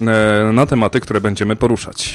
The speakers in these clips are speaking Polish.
na tematy, które będziemy poruszać.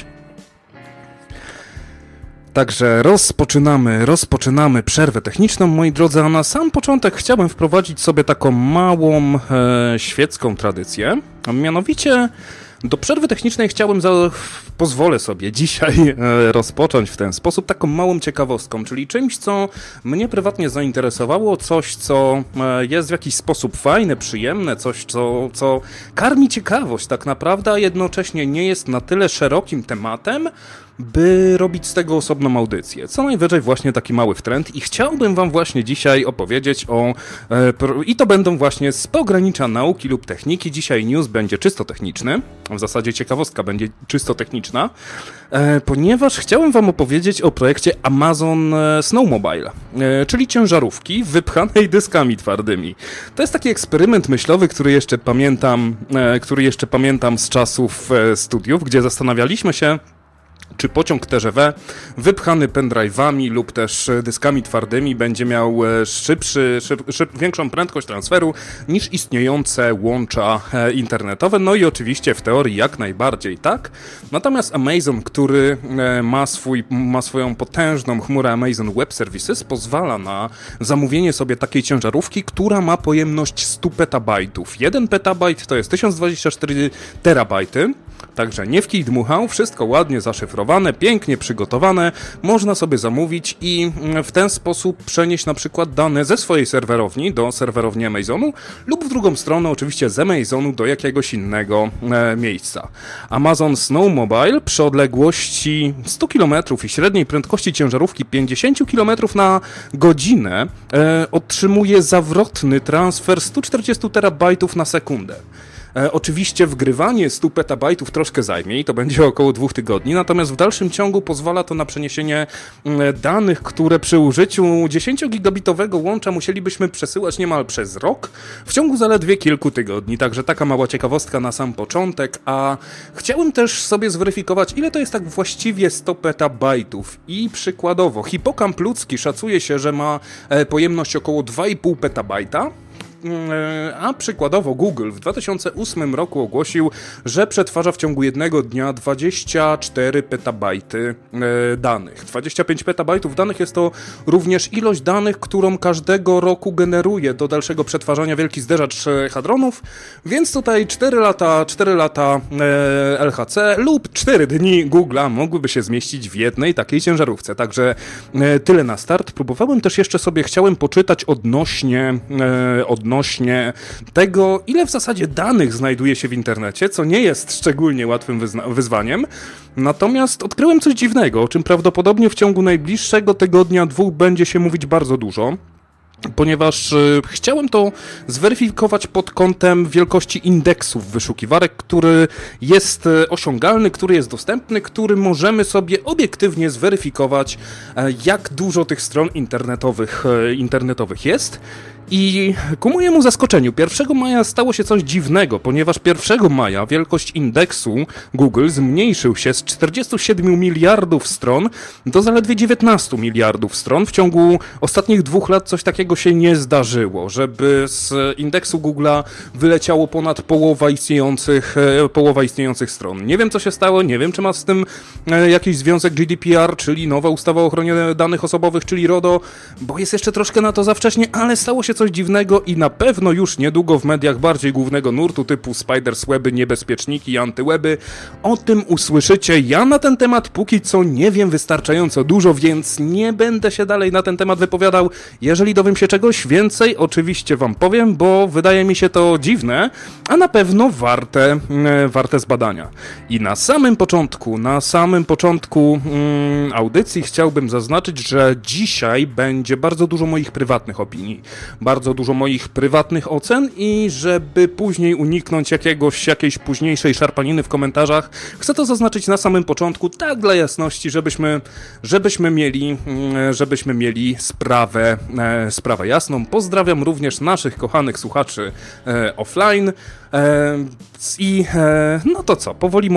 Także rozpoczynamy przerwę techniczną, moi drodzy, a na sam początek chciałbym wprowadzić sobie taką małą świecką tradycję, a mianowicie do przerwy technicznej pozwolę sobie dzisiaj rozpocząć w ten sposób taką małą ciekawostką, czyli czymś, co mnie prywatnie zainteresowało, coś, co jest w jakiś sposób fajne, przyjemne, coś, co karmi ciekawość tak naprawdę, a jednocześnie nie jest na tyle szerokim tematem, by robić z tego osobną audycję. Co najwyżej właśnie taki mały wtręt i chciałbym wam właśnie dzisiaj opowiedzieć i to będą właśnie z pogranicza nauki lub techniki. Dzisiaj news będzie czysto techniczny, w zasadzie ciekawostka będzie czysto techniczna, ponieważ chciałem wam opowiedzieć o projekcie Amazon Snowmobile, czyli ciężarówki wypchanej dyskami twardymi. To jest taki eksperyment myślowy, który jeszcze pamiętam z czasów studiów, gdzie zastanawialiśmy się, czy pociąg TGV wypchany pendrive'ami lub też dyskami twardymi będzie miał większą prędkość transferu niż istniejące łącza internetowe. No i oczywiście w teorii jak najbardziej tak. Natomiast Amazon, który ma swoją potężną chmurę Amazon Web Services, pozwala na zamówienie sobie takiej ciężarówki, która ma pojemność 100 petabajtów. 1 petabajt to jest 1024 terabajty. Także nie w kij dmuchał, wszystko ładnie zaszyfrowane, pięknie przygotowane, można sobie zamówić i w ten sposób przenieść na przykład dane ze swojej serwerowni do serwerowni Amazonu lub w drugą stronę oczywiście z Amazonu do jakiegoś innego miejsca. Amazon Snowmobile przy odległości 100 km i średniej prędkości ciężarówki 50 km na godzinę otrzymuje zawrotny transfer 140 terabajtów na sekundę. Oczywiście wgrywanie 100 petabajtów troszkę zajmie i to będzie około 2 tygodni, natomiast w dalszym ciągu pozwala to na przeniesienie danych, które przy użyciu 10-gigabitowego łącza musielibyśmy przesyłać niemal przez rok w ciągu zaledwie kilku tygodni. Także taka mała ciekawostka na sam początek, a chciałem też sobie zweryfikować, ile to jest tak właściwie 100 petabajtów i przykładowo hipokamp ludzki szacuje się, że ma pojemność około 2,5 petabajta. A przykładowo Google w 2008 roku ogłosił, że przetwarza w ciągu jednego dnia 24 petabajty danych. 25 petabajtów danych jest to również ilość danych, którą każdego roku generuje do dalszego przetwarzania wielki zderzacz hadronów, więc tutaj 4 lata LHC lub 4 dni Google'a mogłyby się zmieścić w jednej takiej ciężarówce. Także tyle na start. Próbowałem też jeszcze sobie, chciałem poczytać odnośnie tego, ile w zasadzie danych znajduje się w internecie, co nie jest szczególnie łatwym wyzwaniem. Natomiast odkryłem coś dziwnego, o czym prawdopodobnie w ciągu najbliższego tygodnia, 2 będzie się mówić bardzo dużo. Ponieważ chciałem to zweryfikować pod kątem wielkości indeksów wyszukiwarek, który jest osiągalny, który jest dostępny, który możemy sobie obiektywnie zweryfikować, jak dużo tych stron internetowych jest. I ku mojemu zaskoczeniu 1 maja stało się coś dziwnego, ponieważ 1 maja wielkość indeksu Google zmniejszył się z 47 miliardów stron do zaledwie 19 miliardów stron. W ciągu ostatnich 2 lat coś takiego się nie zdarzyło, żeby z indeksu Google'a wyleciało ponad połowa istniejących stron. Nie wiem, co się stało, nie wiem, czy ma z tym jakiś związek GDPR, czyli nowa ustawa o ochronie danych osobowych, czyli RODO, bo jest jeszcze troszkę na to za wcześnie, ale stało się coś dziwnego i na pewno już niedługo w mediach bardziej głównego nurtu typu Spidersweby, niebezpieczniki, antyweby o tym usłyszycie. Ja na ten temat póki co nie wiem wystarczająco dużo, więc nie będę się dalej na ten temat wypowiadał. Jeżeli dowiem się czegoś więcej, oczywiście wam powiem, bo wydaje mi się to dziwne, a na pewno warte zbadania. I na samym początku audycji chciałbym zaznaczyć, że dzisiaj będzie bardzo dużo moich prywatnych opinii, bardzo dużo moich prywatnych ocen i żeby później uniknąć jakiejś późniejszej szarpaniny w komentarzach, chcę to zaznaczyć na samym początku, tak dla jasności, żebyśmy mieli sprawę jasną. Pozdrawiam również naszych kochanych słuchaczy offline. No to co, powoli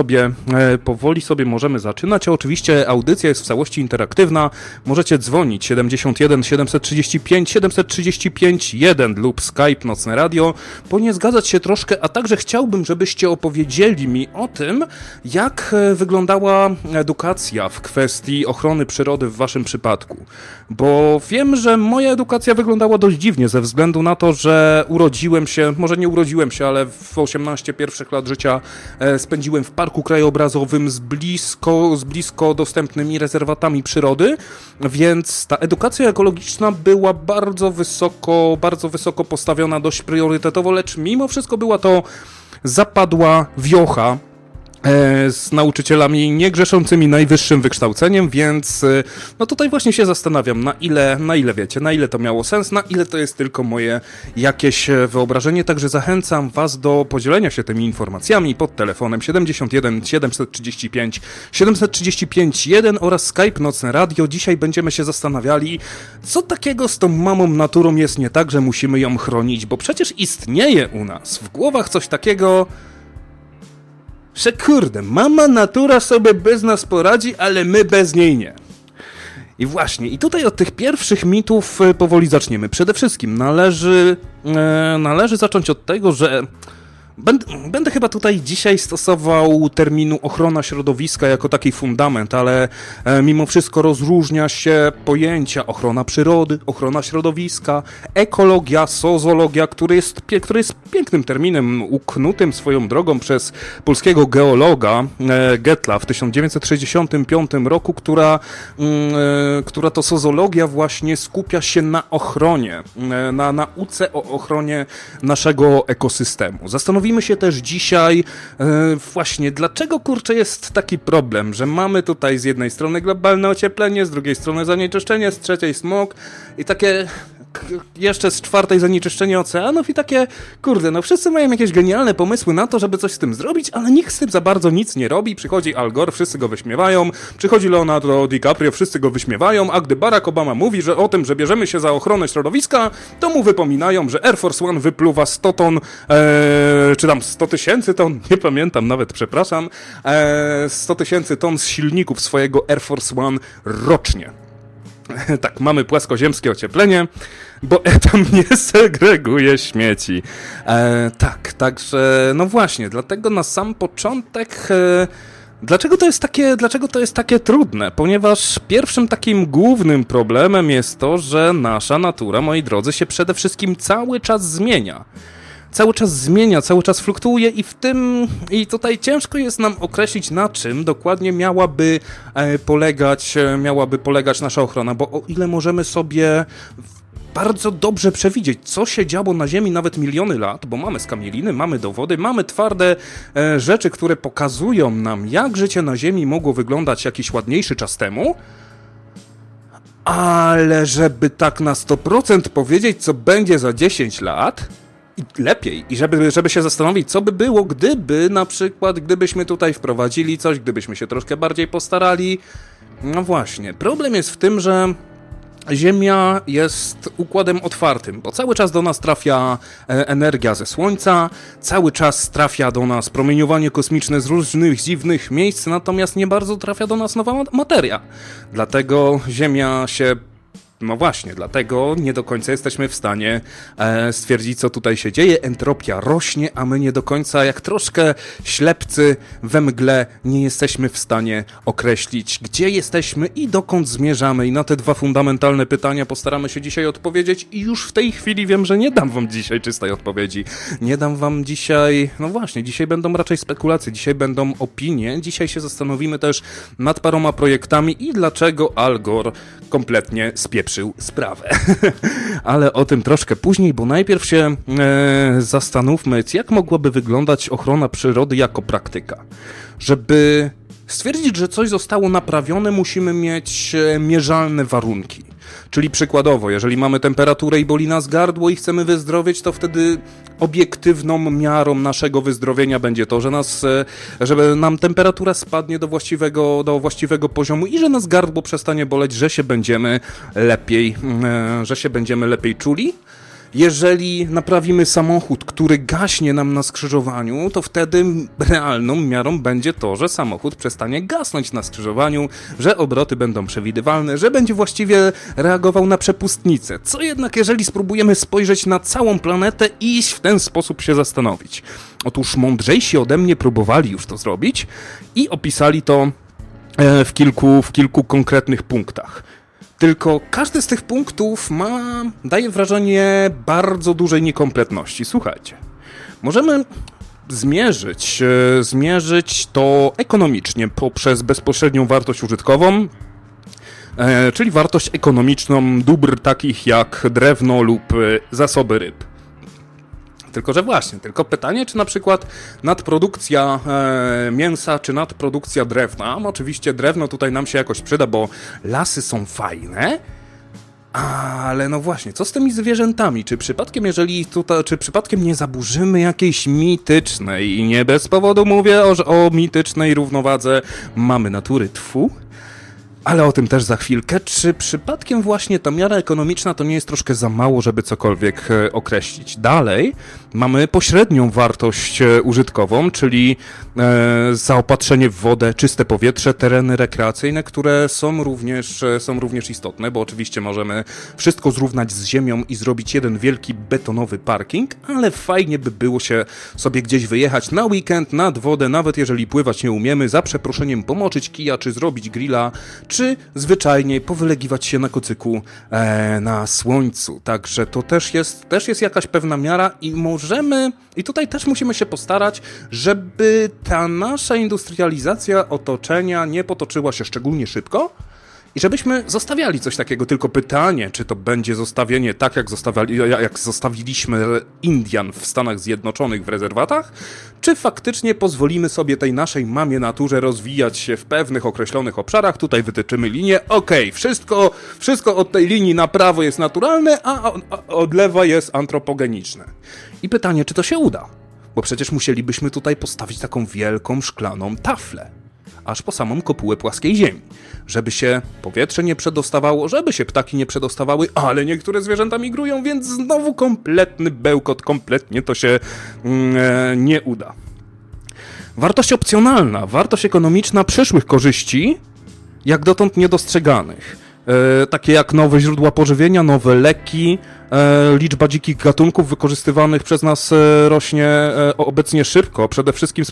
sobie możemy zaczynać, a oczywiście audycja jest w całości interaktywna, możecie dzwonić 71 735 735 1 lub Skype Nocne Radio, po nie zgadzać się troszkę, a także chciałbym, żebyście opowiedzieli mi o tym, jak wyglądała edukacja w kwestii ochrony przyrody w waszym przypadku, bo wiem, że moja edukacja wyglądała dość dziwnie ze względu na to, że może nie urodziłem się, ale w 18 pierwszych lat życia spędziłem w parku krajobrazowym z blisko dostępnymi rezerwatami przyrody, więc ta edukacja ekologiczna była bardzo wysoko postawiona, dość priorytetowo, lecz mimo wszystko była to zapadła wiocha z nauczycielami niegrzeszącymi najwyższym wykształceniem, więc no tutaj właśnie się zastanawiam, na ile wiecie, na ile to miało sens, na ile to jest tylko moje jakieś wyobrażenie, także zachęcam was do podzielenia się tymi informacjami pod telefonem 71 735 735 1 oraz Skype Nocne Radio. Dzisiaj będziemy się zastanawiali, co takiego z tą mamą naturą jest nie tak, że musimy ją chronić, bo przecież istnieje u nas w głowach coś takiego, że kurde, mama natura sobie bez nas poradzi, ale my bez niej nie. I właśnie, i tutaj od tych pierwszych mitów powoli zaczniemy. Przede wszystkim należy zacząć od tego, że będę chyba tutaj dzisiaj stosował terminu ochrona środowiska jako taki fundament, ale mimo wszystko rozróżnia się pojęcia ochrona przyrody, ochrona środowiska, ekologia, sozologia, który jest pięknym terminem uknutym swoją drogą przez polskiego geologa Gettla w 1965 roku, która to sozologia właśnie skupia się na ochronie, na nauce o ochronie naszego ekosystemu. Zastanowimy się też dzisiaj właśnie, dlaczego kurczę jest taki problem, że mamy tutaj z jednej strony globalne ocieplenie, z drugiej strony zanieczyszczenie, z trzeciej smog i takie jeszcze z czwartej zanieczyszczenie oceanów i takie, kurde, no wszyscy mają jakieś genialne pomysły na to, żeby coś z tym zrobić, ale nikt z tym za bardzo nic nie robi. Przychodzi Al Gore, wszyscy go wyśmiewają, przychodzi Leonardo DiCaprio, wszyscy go wyśmiewają, a gdy Barack Obama mówi, że o tym, że bierzemy się za ochronę środowiska, to mu wypominają, że Air Force One wypluwa 100 ton, czy tam 100 tysięcy ton, nie pamiętam nawet, przepraszam, 100 tysięcy ton z silników swojego Air Force One rocznie. Tak, mamy płaskoziemskie ocieplenie, bo tam nie segreguje śmieci. Także no właśnie, dlatego na sam początek... Dlaczego to jest takie trudne? Ponieważ pierwszym takim głównym problemem jest to, że nasza natura, moi drodzy, się przede wszystkim cały czas zmienia. Cały czas fluktuuje i tutaj ciężko jest nam określić, na czym dokładnie miałaby polegać nasza ochrona, bo o ile możemy sobie bardzo dobrze przewidzieć, co się działo na Ziemi nawet miliony lat, bo mamy skamieliny, mamy dowody, mamy twarde rzeczy, które pokazują nam, jak życie na Ziemi mogło wyglądać jakiś ładniejszy czas temu, ale żeby tak na 100% powiedzieć, co będzie za 10 lat... I lepiej. I żeby się zastanowić, co by było, gdybyśmy tutaj wprowadzili coś, gdybyśmy się troszkę bardziej postarali. No właśnie. Problem jest w tym, że Ziemia jest układem otwartym, bo cały czas do nas trafia energia ze Słońca, cały czas trafia do nas promieniowanie kosmiczne z różnych dziwnych miejsc, natomiast nie bardzo trafia do nas nowa materia. Dlatego Ziemia się... No właśnie, dlatego nie do końca jesteśmy w stanie stwierdzić, co tutaj się dzieje. Entropia rośnie, a my nie do końca, jak troszkę ślepcy we mgle, nie jesteśmy w stanie określić, gdzie jesteśmy i dokąd zmierzamy. I na te dwa fundamentalne pytania postaramy się dzisiaj odpowiedzieć i już w tej chwili wiem, że nie dam wam dzisiaj czystej odpowiedzi. Nie dam wam dzisiaj... No właśnie, dzisiaj będą raczej spekulacje, dzisiaj będą opinie. Dzisiaj się zastanowimy też nad paroma projektami i dlaczego Al Gore kompletnie spieprzył sprawę. Ale o tym troszkę później, bo najpierw się zastanówmy, jak mogłaby wyglądać ochrona przyrody jako praktyka. Żeby stwierdzić, że coś zostało naprawione, musimy mieć mierzalne warunki. Czyli przykładowo, jeżeli mamy temperaturę i boli nas gardło i chcemy wyzdrowieć, to wtedy obiektywną miarą naszego wyzdrowienia będzie to, żeby nam temperatura spadnie do właściwego poziomu i że nas gardło przestanie boleć, że się będziemy lepiej czuli. Jeżeli naprawimy samochód, który gaśnie nam na skrzyżowaniu, to wtedy realną miarą będzie to, że samochód przestanie gasnąć na skrzyżowaniu, że obroty będą przewidywalne, że będzie właściwie reagował na przepustnicę. Co jednak, jeżeli spróbujemy spojrzeć na całą planetę i w ten sposób się zastanowić? Otóż mądrzejsi ode mnie próbowali już to zrobić i opisali to w kilku konkretnych punktach. Tylko każdy z tych punktów daje wrażenie bardzo dużej niekompletności. Słuchajcie, możemy zmierzyć to ekonomicznie poprzez bezpośrednią wartość użytkową, czyli wartość ekonomiczną dóbr takich jak drewno lub zasoby ryb. Tylko pytanie, czy na przykład nadprodukcja mięsa, czy nadprodukcja drewna, oczywiście drewno tutaj nam się jakoś przyda, bo lasy są fajne, ale no właśnie, co z tymi zwierzętami? Czy przypadkiem nie zaburzymy jakiejś mitycznej, i nie bez powodu mówię o mitycznej równowadze mamy natury ale o tym też za chwilkę. Czy przypadkiem właśnie ta miara ekonomiczna to nie jest troszkę za mało, żeby cokolwiek określić? Dalej mamy pośrednią wartość użytkową, czyli zaopatrzenie w wodę, czyste powietrze, tereny rekreacyjne, które są również istotne, bo oczywiście możemy wszystko zrównać z ziemią i zrobić jeden wielki betonowy parking, ale fajnie by było się sobie gdzieś wyjechać na weekend, nad wodę, nawet jeżeli pływać nie umiemy, za przeproszeniem pomoczyć kija, czy zrobić grilla, czy zwyczajnie powylegiwać się na kocyku na słońcu. Także to też jest jakaś pewna miara i tutaj też musimy się postarać, żeby ta nasza industrializacja otoczenia nie potoczyła się szczególnie szybko i żebyśmy zostawiali coś takiego. Tylko pytanie, czy to będzie zostawienie tak, jak zostawiliśmy Indian w Stanach Zjednoczonych w rezerwatach, czy faktycznie pozwolimy sobie tej naszej mamie naturze rozwijać się w pewnych określonych obszarach. Tutaj wytyczymy linię. Okej, wszystko od tej linii na prawo jest naturalne, a od lewa jest antropogeniczne. I pytanie, czy to się uda? Bo przecież musielibyśmy tutaj postawić taką wielką szklaną taflę, aż po samą kopułę płaskiej ziemi, żeby się powietrze nie przedostawało, żeby się ptaki nie przedostawały, ale niektóre zwierzęta migrują, więc znowu kompletny bełkot, kompletnie to się nie uda. Wartość opcjonalna, wartość ekonomiczna przyszłych korzyści, jak dotąd niedostrzeganych. Takie jak nowe źródła pożywienia, nowe leki, liczba dzikich gatunków wykorzystywanych przez nas rośnie obecnie szybko, przede wszystkim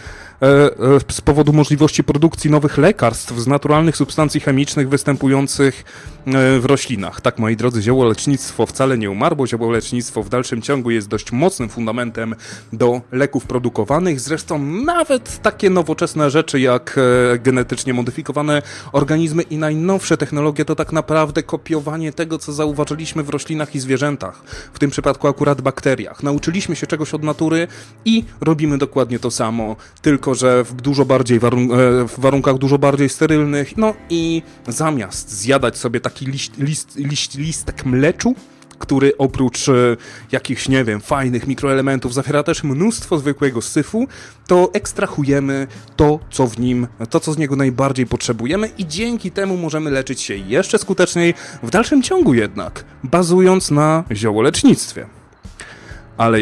z powodu możliwości produkcji nowych lekarstw z naturalnych substancji chemicznych występujących w roślinach. Tak, moi drodzy, ziołolecznictwo wcale nie umarło, ziołolecznictwo w dalszym ciągu jest dość mocnym fundamentem do leków produkowanych, zresztą nawet takie nowoczesne rzeczy jak genetycznie modyfikowane organizmy i najnowsze technologie to tak naprawdę kopiowanie tego, co zauważyliśmy w roślinach i zwierzętach, w tym przypadku akurat bakteriach. Nauczyliśmy się czegoś od natury i robimy dokładnie to samo, tylko że w warunkach dużo bardziej sterylnych, no i zamiast zjadać sobie taki listek mleczu, który oprócz jakichś, nie wiem, fajnych mikroelementów zawiera też mnóstwo zwykłego syfu, to ekstrahujemy to, co z niego najbardziej potrzebujemy i dzięki temu możemy leczyć się jeszcze skuteczniej, w dalszym ciągu jednak, bazując na ziołolecznictwie. Ale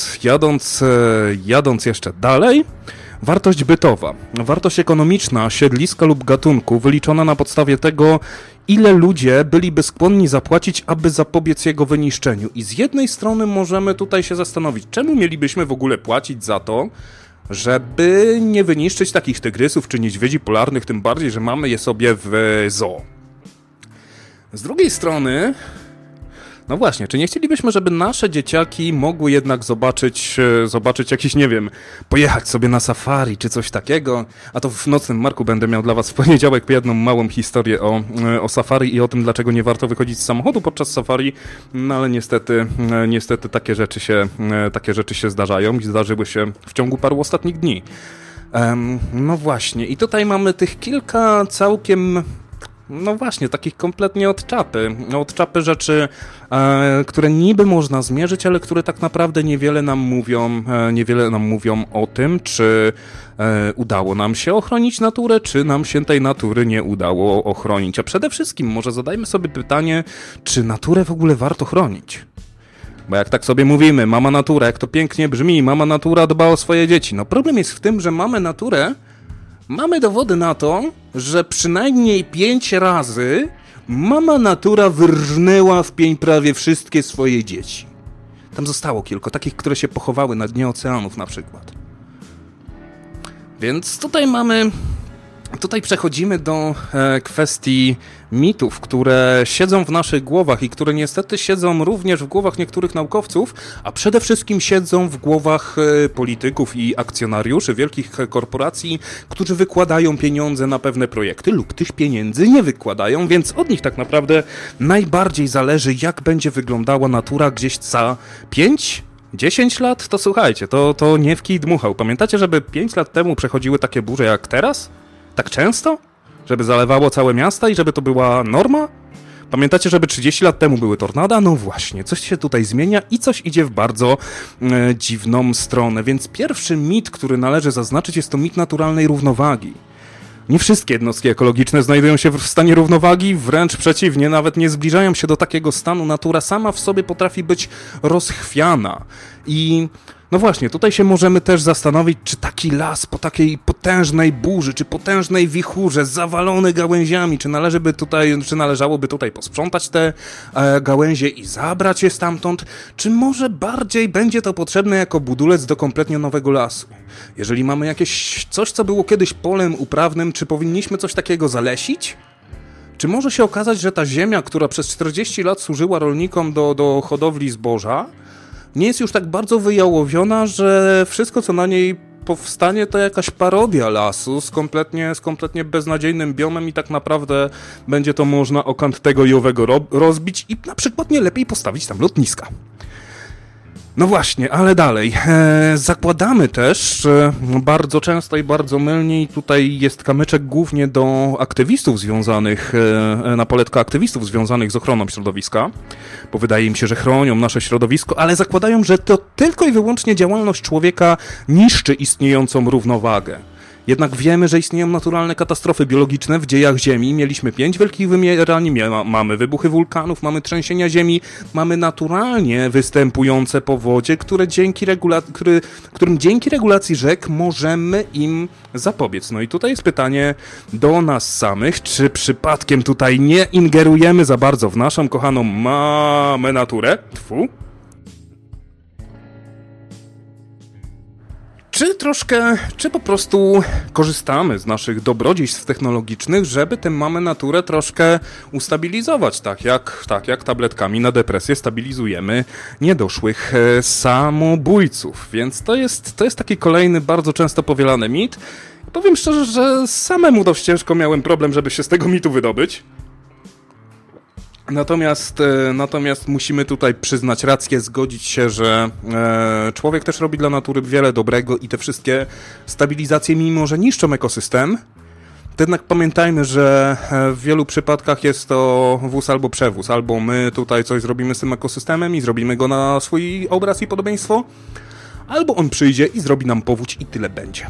jadąc jeszcze dalej, wartość bytowa, wartość ekonomiczna siedliska lub gatunku wyliczona na podstawie tego, ile ludzie byliby skłonni zapłacić, aby zapobiec jego wyniszczeniu. I z jednej strony możemy tutaj się zastanowić, czemu mielibyśmy w ogóle płacić za to, żeby nie wyniszczyć takich tygrysów czy niedźwiedzi polarnych, tym bardziej, że mamy je sobie w zoo. Z drugiej strony, no właśnie, czy nie chcielibyśmy, żeby nasze dzieciaki mogły jednak zobaczyć jakiś, nie wiem, pojechać sobie na safari czy coś takiego? A to w Nocnym Marku będę miał dla was w poniedziałek jedną małą historię o safari i o tym, dlaczego nie warto wychodzić z samochodu podczas safari, no ale niestety takie rzeczy się zdarzają i zdarzyły się w ciągu paru ostatnich dni. No właśnie, i tutaj mamy tych kilka całkiem... No właśnie, takich kompletnie od czapy rzeczy, które niby można zmierzyć, ale które tak naprawdę niewiele nam mówią o tym, czy udało nam się ochronić naturę, czy nam się tej natury nie udało ochronić. A przede wszystkim może zadajmy sobie pytanie, czy naturę w ogóle warto chronić? Bo jak tak sobie mówimy, mama natura, jak to pięknie brzmi, mama natura dba o swoje dzieci. No problem jest w tym, że mamy naturę, mamy dowody na to, że przynajmniej 5 razy mama natura wyrżnęła w pień prawie wszystkie swoje dzieci. Tam zostało kilka, takich, które się pochowały na dnie oceanów na przykład. Więc tutaj przechodzimy do kwestii mitów, które siedzą w naszych głowach i które niestety siedzą również w głowach niektórych naukowców, a przede wszystkim siedzą w głowach polityków i akcjonariuszy wielkich korporacji, którzy wykładają pieniądze na pewne projekty lub tych pieniędzy nie wykładają, więc od nich tak naprawdę najbardziej zależy, jak będzie wyglądała natura gdzieś za 10 lat? To słuchajcie, to nie w kij dmuchał. Pamiętacie, żeby 5 lat temu przechodziły takie burze jak teraz? Tak często? Żeby zalewało całe miasta i żeby to była norma? Pamiętacie, żeby 30 lat temu były tornada? No właśnie, coś się tutaj zmienia i coś idzie w bardzo dziwną stronę. Więc pierwszy mit, który należy zaznaczyć, jest to mit naturalnej równowagi. Nie wszystkie jednostki ekologiczne znajdują się w stanie równowagi, wręcz przeciwnie, nawet nie zbliżają się do takiego stanu. Natura sama w sobie potrafi być rozchwiana. I no właśnie, tutaj się możemy też zastanowić, czy taki las po takiej potężnej burzy, czy potężnej wichurze, zawalony gałęziami, czy należałoby tutaj posprzątać te gałęzie i zabrać je stamtąd, czy może bardziej będzie to potrzebne jako budulec do kompletnie nowego lasu? Jeżeli mamy jakieś coś, co było kiedyś polem uprawnym, czy powinniśmy coś takiego zalesić? Czy może się okazać, że ta ziemia, która przez 40 lat służyła rolnikom do hodowli zboża, nie jest już tak bardzo wyjałowiona, że wszystko, co na niej powstanie, to jakaś parodia lasu z kompletnie beznadziejnym biomem i tak naprawdę będzie to można o kant tego i owego rozbić i na przykład nie lepiej postawić tam lotniska. No właśnie, ale dalej. Zakładamy też bardzo często i bardzo mylnie, i tutaj jest kamyczek głównie do aktywistów związanych, na poletkę aktywistów związanych z ochroną środowiska, bo wydaje im się, że chronią nasze środowisko, ale zakładają, że to tylko i wyłącznie działalność człowieka niszczy istniejącą równowagę. Jednak wiemy, że istnieją naturalne katastrofy biologiczne w dziejach Ziemi. Mieliśmy 5 wielkich wymierań, mamy wybuchy wulkanów, mamy trzęsienia ziemi, mamy naturalnie występujące powodzie, którym dzięki regulacji rzek możemy im zapobiec. No i tutaj jest pytanie do nas samych, czy przypadkiem tutaj nie ingerujemy za bardzo w naszą kochaną mamę naturę? Czy po prostu korzystamy z naszych dobrodziejstw technologicznych, żeby tę mamę naturę troszkę ustabilizować, tak jak tabletkami na depresję stabilizujemy niedoszłych samobójców. Więc to jest taki kolejny bardzo często powielany mit. Powiem szczerze, że samemu dość ciężko miałem problem, żeby się z tego mitu wydobyć. Natomiast musimy tutaj przyznać rację, zgodzić się, że człowiek też robi dla natury wiele dobrego i te wszystkie stabilizacje, mimo że niszczą ekosystem, to jednak pamiętajmy, że w wielu przypadkach jest to wóz albo przewóz. Albo my tutaj coś zrobimy z tym ekosystemem i zrobimy go na swój obraz i podobieństwo, albo on przyjdzie i zrobi nam powódź i tyle będzie.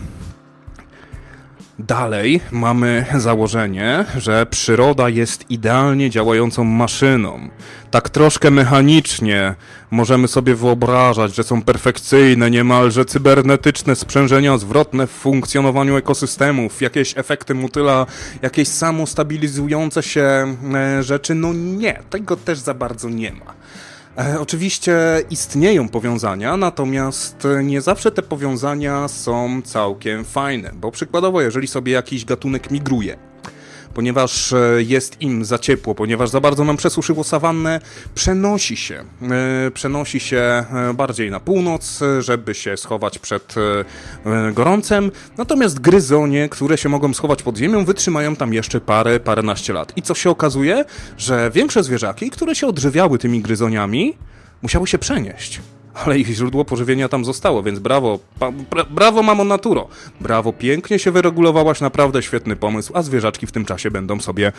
Dalej mamy założenie, że przyroda jest idealnie działającą maszyną. Tak troszkę mechanicznie możemy sobie wyobrażać, że są perfekcyjne, niemalże cybernetyczne sprzężenia zwrotne w funkcjonowaniu ekosystemów, jakieś efekty motyla, jakieś samostabilizujące się rzeczy. No nie, tego też za bardzo nie ma. Oczywiście istnieją powiązania, natomiast nie zawsze te powiązania są całkiem fajne, bo przykładowo, jeżeli sobie jakiś gatunek migruje, ponieważ jest im za ciepło, ponieważ za bardzo nam przesuszyło sawannę, przenosi się bardziej na północ, żeby się schować przed gorącem, natomiast gryzonie, które się mogą schować pod ziemią, wytrzymają tam jeszcze paręnaście lat. I co się okazuje? Że większe zwierzaki, które się odżywiały tymi gryzoniami, musiały się przenieść. Ale ich źródło pożywienia tam zostało, więc brawo mamo naturo. Brawo, pięknie się wyregulowałaś, naprawdę świetny pomysł, a zwierzaczki w tym czasie będą sobie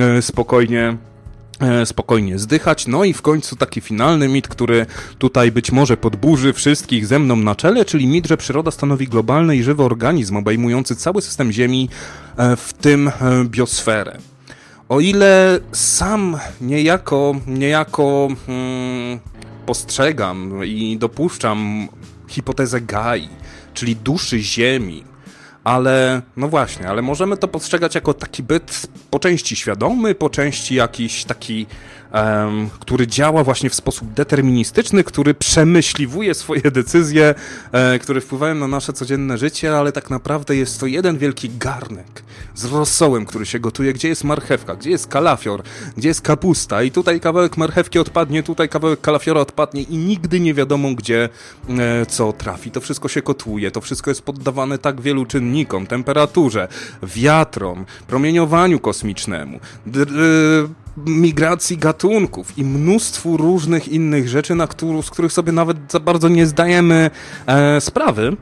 spokojnie zdychać. No i w końcu taki finalny mit, który tutaj być może podburzy wszystkich ze mną na czele, czyli mit, że przyroda stanowi globalny i żywy organizm obejmujący cały system Ziemi, w tym biosferę. O ile sam niejako postrzegam i dopuszczam hipotezę Gai, czyli duszy Ziemi, ale no właśnie, ale możemy to postrzegać jako taki byt po części świadomy, po części jakiś taki, który działa właśnie w sposób deterministyczny, który przemyśliwuje swoje decyzje, które wpływają na nasze codzienne życie, ale tak naprawdę jest to jeden wielki garnek z rosołem, który się gotuje, gdzie jest marchewka, gdzie jest kalafior, gdzie jest kapusta i tutaj kawałek marchewki odpadnie, tutaj kawałek kalafiora odpadnie i nigdy nie wiadomo, gdzie co trafi. To wszystko się kotłuje, to wszystko jest poddawane tak wielu czynnikom, temperaturze, wiatrom, promieniowaniu kosmicznemu, migracji gatunków i mnóstwu różnych innych rzeczy, z których sobie nawet za bardzo nie zdajemy sprawy.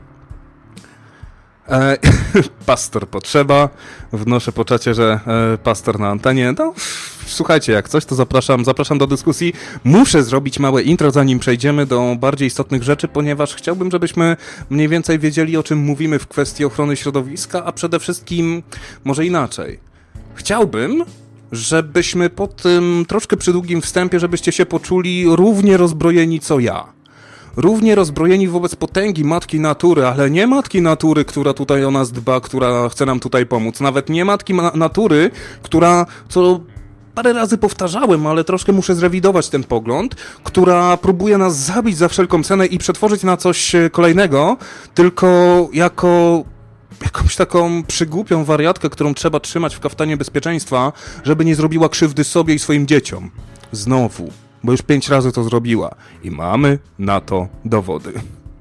Pastor potrzeba. Wnoszę po czacie, że pastor na antenie. No, słuchajcie, jak coś, to zapraszam do dyskusji. Muszę zrobić małe intro, zanim przejdziemy do bardziej istotnych rzeczy, ponieważ chciałbym, żebyśmy mniej więcej wiedzieli, o czym mówimy w kwestii ochrony środowiska, a przede wszystkim może inaczej. Chciałbym, żebyśmy po tym troszkę przydługim wstępie, żebyście się poczuli równie rozbrojeni co ja. Równie rozbrojeni wobec potęgi Matki Natury, ale nie Matki Natury, która tutaj o nas dba, która chce nam tutaj pomóc. Nawet nie Matki Natury, która, co parę razy powtarzałem, ale troszkę muszę zrewidować ten pogląd, która próbuje nas zabić za wszelką cenę i przetworzyć na coś kolejnego, tylko jako jakąś taką przygłupią wariatkę, którą trzeba trzymać w kaftanie bezpieczeństwa, żeby nie zrobiła krzywdy sobie i swoim dzieciom. Znowu, bo już 5 razy to zrobiła i mamy na to dowody.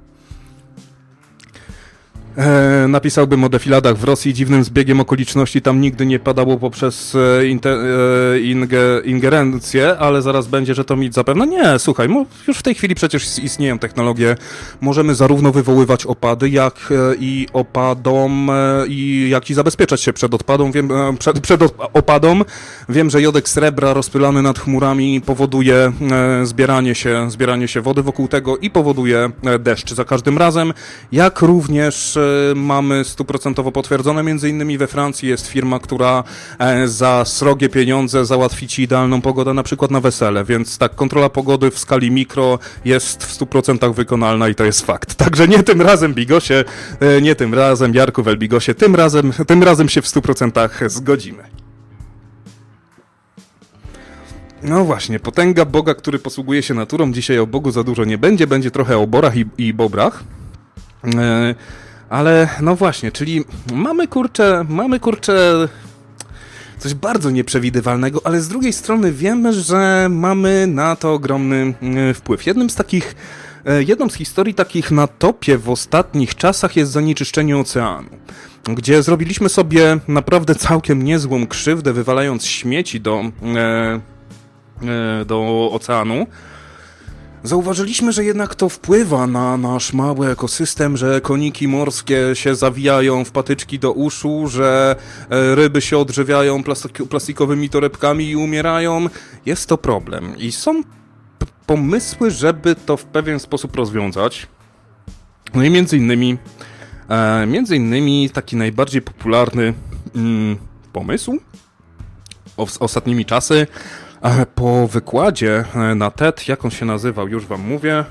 Napisałbym o defiladach w Rosji, dziwnym zbiegiem okoliczności tam nigdy nie padało poprzez ingerencję, ale zaraz będzie, że to mit zapewne. Nie, słuchaj, już w tej chwili przecież istnieją technologie, możemy zarówno wywoływać opady, jak i zabezpieczać się przed odpadą. Przed opadą. Wiem, że jodek srebra rozpylany nad chmurami powoduje zbieranie się wody wokół tego i powoduje deszcz za każdym razem, jak również mamy 100% potwierdzone, między innymi we Francji jest firma, która za srogie pieniądze załatwi ci idealną pogodę, na przykład na wesele, więc tak, kontrola pogody w skali mikro jest w 100% wykonalna i to jest fakt. Także nie tym razem, Bigosie, nie tym razem, Jarku Welbigosie, tym razem się w 100% zgodzimy. No właśnie, potęga Boga, który posługuje się naturą, dzisiaj o Bogu za dużo nie będzie, będzie trochę o borach i bobrach. Ale no właśnie, czyli mamy kurczę coś bardzo nieprzewidywalnego, ale z drugiej strony wiemy, że mamy na to ogromny wpływ. Jedną z historii takich na topie w ostatnich czasach jest zanieczyszczenie oceanu, gdzie zrobiliśmy sobie naprawdę całkiem niezłą krzywdę, wywalając śmieci do oceanu. Zauważyliśmy, że jednak to wpływa na nasz mały ekosystem, że koniki morskie się zawijają w patyczki do uszu, że ryby się odżywiają plastikowymi torebkami i umierają. Jest to problem i są pomysły, żeby to w pewien sposób rozwiązać. No i między innymi taki najbardziej popularny pomysł ostatnimi czasy. Po wykładzie na TED, jak on się nazywał, już wam mówię.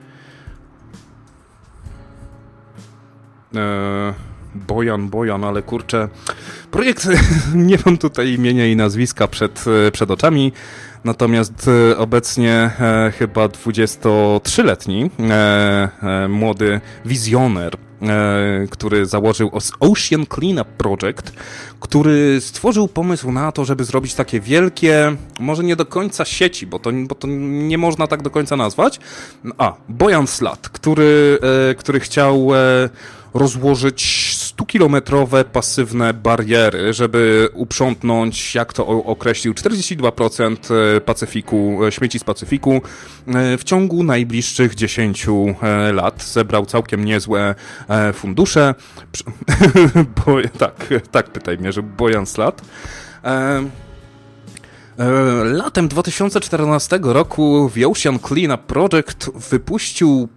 Bojan, ale kurczę, projekt, nie mam tutaj imienia i nazwiska przed oczami, natomiast obecnie chyba 23-letni młody wizjoner, który założył Ocean Cleanup Project, który stworzył pomysł na to, żeby zrobić takie wielkie, może nie do końca sieci, bo to nie można tak do końca nazwać, Boyan Slat, który chciał rozłożyć 100-kilometrowe pasywne bariery, żeby uprzątnąć, jak to określił, 42% śmieci z Pacyfiku w ciągu najbliższych 10 lat. Zebrał całkiem niezłe fundusze. Tak pytaj mnie, że Boyan Slat. Latem 2014 roku The Ocean Cleanup Project wypuścił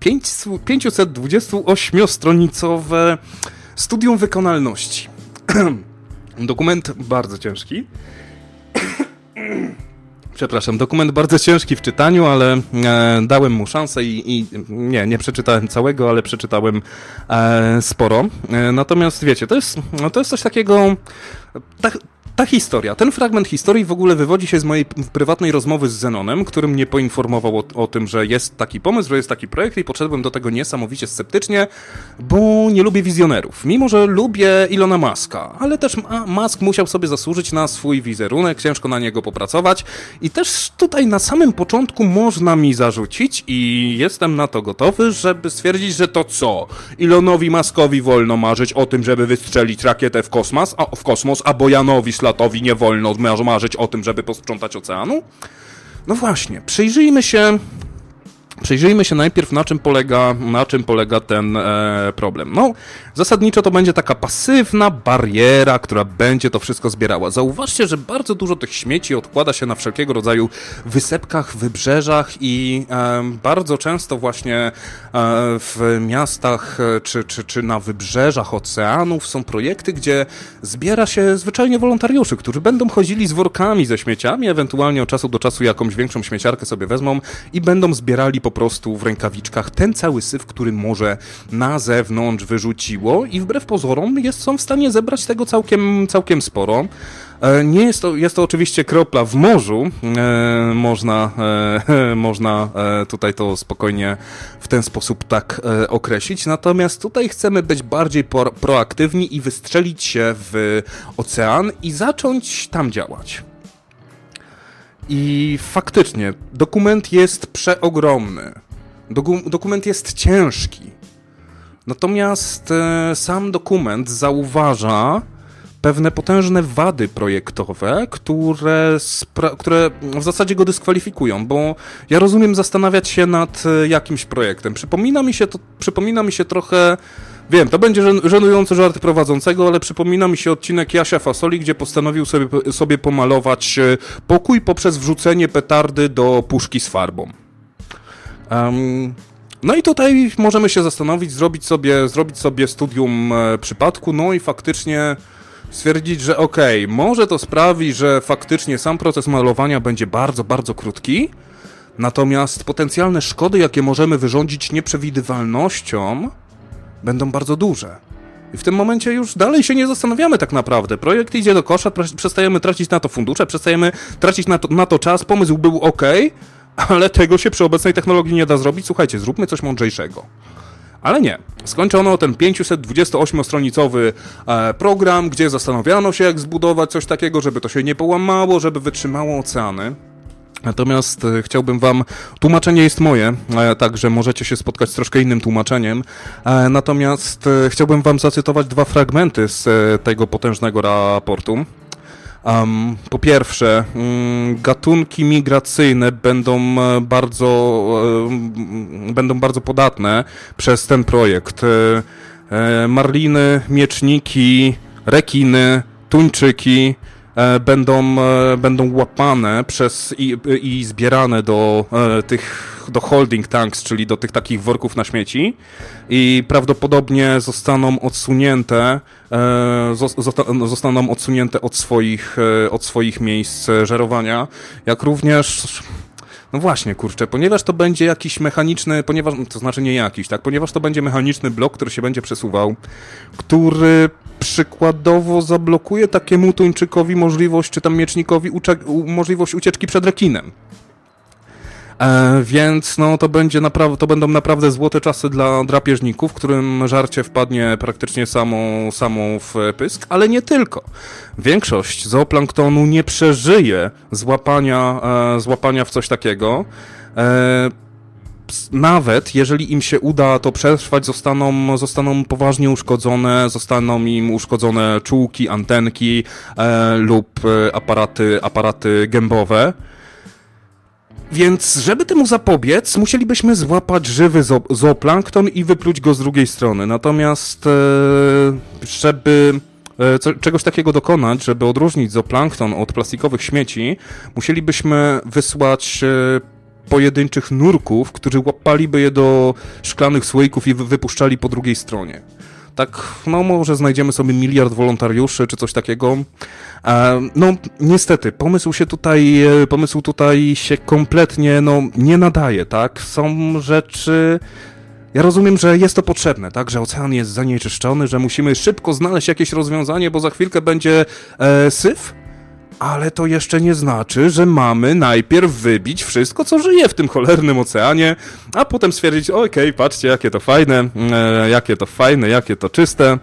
528-stronicowe studium wykonalności. Dokument bardzo ciężki. Przepraszam, dokument bardzo ciężki w czytaniu, ale dałem mu szansę i nie przeczytałem całego, ale przeczytałem sporo. Natomiast wiecie, to jest coś takiego... Ta historia, ten fragment historii w ogóle wywodzi się z mojej prywatnej rozmowy z Zenonem, który mnie poinformował o tym, że jest taki pomysł, że jest taki projekt i podszedłem do tego niesamowicie sceptycznie, bo nie lubię wizjonerów. Mimo że lubię Ilona Muska, ale też Musk musiał sobie zasłużyć na swój wizerunek, ciężko na niego popracować i też tutaj na samym początku można mi zarzucić i jestem na to gotowy, żeby stwierdzić, że to co? Ilonowi Muskowi wolno marzyć o tym, żeby wystrzelić rakietę w kosmos, a Bojanowi Szlatowi nie wolno marzyć o tym, żeby posprzątać oceanu? No właśnie, przyjrzyjmy się najpierw, na czym polega ten problem. No, zasadniczo to będzie taka pasywna bariera, która będzie to wszystko zbierała. Zauważcie, że bardzo dużo tych śmieci odkłada się na wszelkiego rodzaju wysepkach, wybrzeżach i bardzo często właśnie w miastach czy na wybrzeżach oceanów są projekty, gdzie zbiera się zwyczajnie wolontariuszy, którzy będą chodzili z workami ze śmieciami, ewentualnie od czasu do czasu jakąś większą śmieciarkę sobie wezmą i będą zbierali po prostu w rękawiczkach ten cały syf, który morze na zewnątrz wyrzuciło i wbrew pozorom są w stanie zebrać tego całkiem sporo. Jest to oczywiście kropla w morzu, można tutaj to spokojnie w ten sposób tak określić, natomiast tutaj chcemy być bardziej proaktywni i wystrzelić się w ocean i zacząć tam działać. I faktycznie, dokument jest przeogromny. Dokument jest ciężki. Natomiast sam dokument zauważa pewne potężne wady projektowe, które w zasadzie go dyskwalifikują, bo ja rozumiem zastanawiać się nad jakimś projektem. Przypomina mi się trochę... Wiem, to będzie żenujący żart prowadzącego, ale przypomina mi się odcinek Jasia Fasoli, gdzie postanowił sobie pomalować pokój poprzez wrzucenie petardy do puszki z farbą. No i tutaj możemy się zastanowić, zrobić sobie studium przypadku, no i faktycznie stwierdzić, że może to sprawi, że faktycznie sam proces malowania będzie bardzo, bardzo krótki, natomiast potencjalne szkody, jakie możemy wyrządzić nieprzewidywalnością, będą bardzo duże. I w tym momencie już dalej się nie zastanawiamy tak naprawdę. Projekt idzie do kosza, przestajemy tracić na to fundusze, przestajemy tracić na to czas, pomysł był ale tego się przy obecnej technologii nie da zrobić. Słuchajcie, zróbmy coś mądrzejszego. Ale nie. Skończono ten 528-stronicowy program, gdzie zastanawiano się, jak zbudować coś takiego, żeby to się nie połamało, żeby wytrzymało oceany. Natomiast chciałbym wam... Tłumaczenie jest moje, także możecie się spotkać z troszkę innym tłumaczeniem. Natomiast chciałbym wam zacytować 2 fragmenty z tego potężnego raportu. Po pierwsze, gatunki migracyjne będą bardzo podatne przez ten projekt. Marliny, mieczniki, rekiny, tuńczyki będą łapane i zbierane do holding tanks, czyli do tych takich worków na śmieci i prawdopodobnie zostaną odsunięte od swoich miejsc żerowania, jak również... No właśnie, kurczę, ponieważ to będzie jakiś mechaniczny, ponieważ to będzie mechaniczny blok, który się będzie przesuwał, który przykładowo zablokuje takiemu tuńczykowi możliwość, czy tam miecznikowi możliwość ucieczki przed rekinem. Więc no to będą naprawdę złote czasy dla drapieżników, którym żarcie wpadnie praktycznie samą w pysk, ale nie tylko. Większość zooplanktonu nie przeżyje złapania w coś takiego. Nawet jeżeli im się uda to przetrwać, zostaną poważnie uszkodzone, zostaną im uszkodzone czułki, antenki lub aparaty gębowe. Więc żeby temu zapobiec, musielibyśmy złapać żywy zooplankton i wypluć go z drugiej strony. Natomiast żeby czegoś takiego dokonać, żeby odróżnić zooplankton od plastikowych śmieci, musielibyśmy wysłać pojedynczych nurków, którzy łapaliby je do szklanych słoików i wypuszczali po drugiej stronie. Tak, no może znajdziemy sobie 1 miliard wolontariuszy czy coś takiego. No niestety, pomysł tutaj się kompletnie nie nadaje, tak? Są rzeczy... Ja rozumiem, że jest to potrzebne, tak? Że ocean jest zanieczyszczony, że musimy szybko znaleźć jakieś rozwiązanie, bo za chwilkę będzie syf, ale to jeszcze nie znaczy, że mamy najpierw wybić wszystko, co żyje w tym cholernym oceanie, a potem stwierdzić, okej, patrzcie, jakie to fajne, jakie to czyste.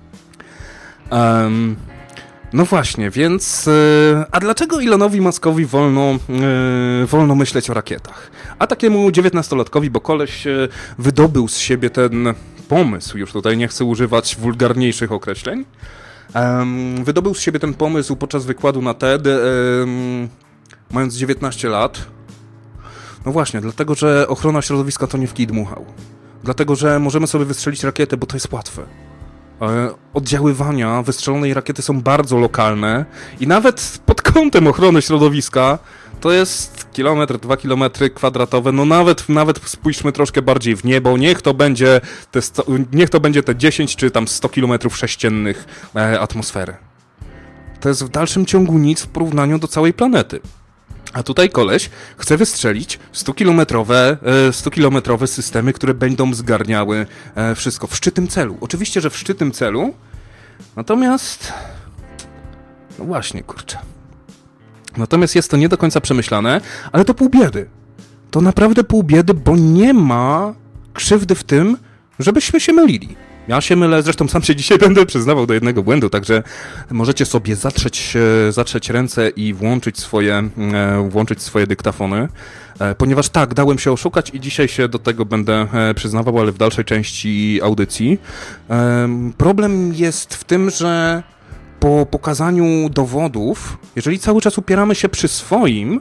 No właśnie, więc... A dlaczego Elonowi Muskowi wolno myśleć o rakietach? A takiemu 19-latkowi, bo koleś wydobył z siebie ten pomysł, już tutaj nie chcę używać wulgarniejszych określeń, wydobył z siebie ten pomysł podczas wykładu na TED, mając 19 lat. No właśnie, dlatego, że ochrona środowiska to nie w kij dmuchał. Dlatego, że możemy sobie wystrzelić rakietę, bo to jest łatwe. Oddziaływania wystrzelonej rakiety są bardzo lokalne i nawet pod kątem ochrony środowiska to jest kilometr, 2 kilometry kwadratowe, no nawet spójrzmy troszkę bardziej w niebo, niech to będzie te 10 czy tam 100 kilometrów sześciennych atmosfery. To jest w dalszym ciągu nic w porównaniu do całej planety. A tutaj koleś chce wystrzelić 100-kilometrowe systemy, które będą zgarniały wszystko w szczytym celu. Oczywiście, że w szczytym celu, natomiast... No właśnie, kurczę. Natomiast jest to nie do końca przemyślane, ale to pół biedy. To naprawdę pół biedy, bo nie ma krzywdy w tym, żebyśmy się mylili. Ja się mylę, zresztą sam się dzisiaj będę przyznawał do jednego błędu, także możecie sobie zatrzeć ręce i włączyć swoje dyktafony, ponieważ tak, dałem się oszukać i dzisiaj się do tego będę przyznawał, ale w dalszej części audycji. Problem jest w tym, że po pokazaniu dowodów, jeżeli cały czas upieramy się przy swoim,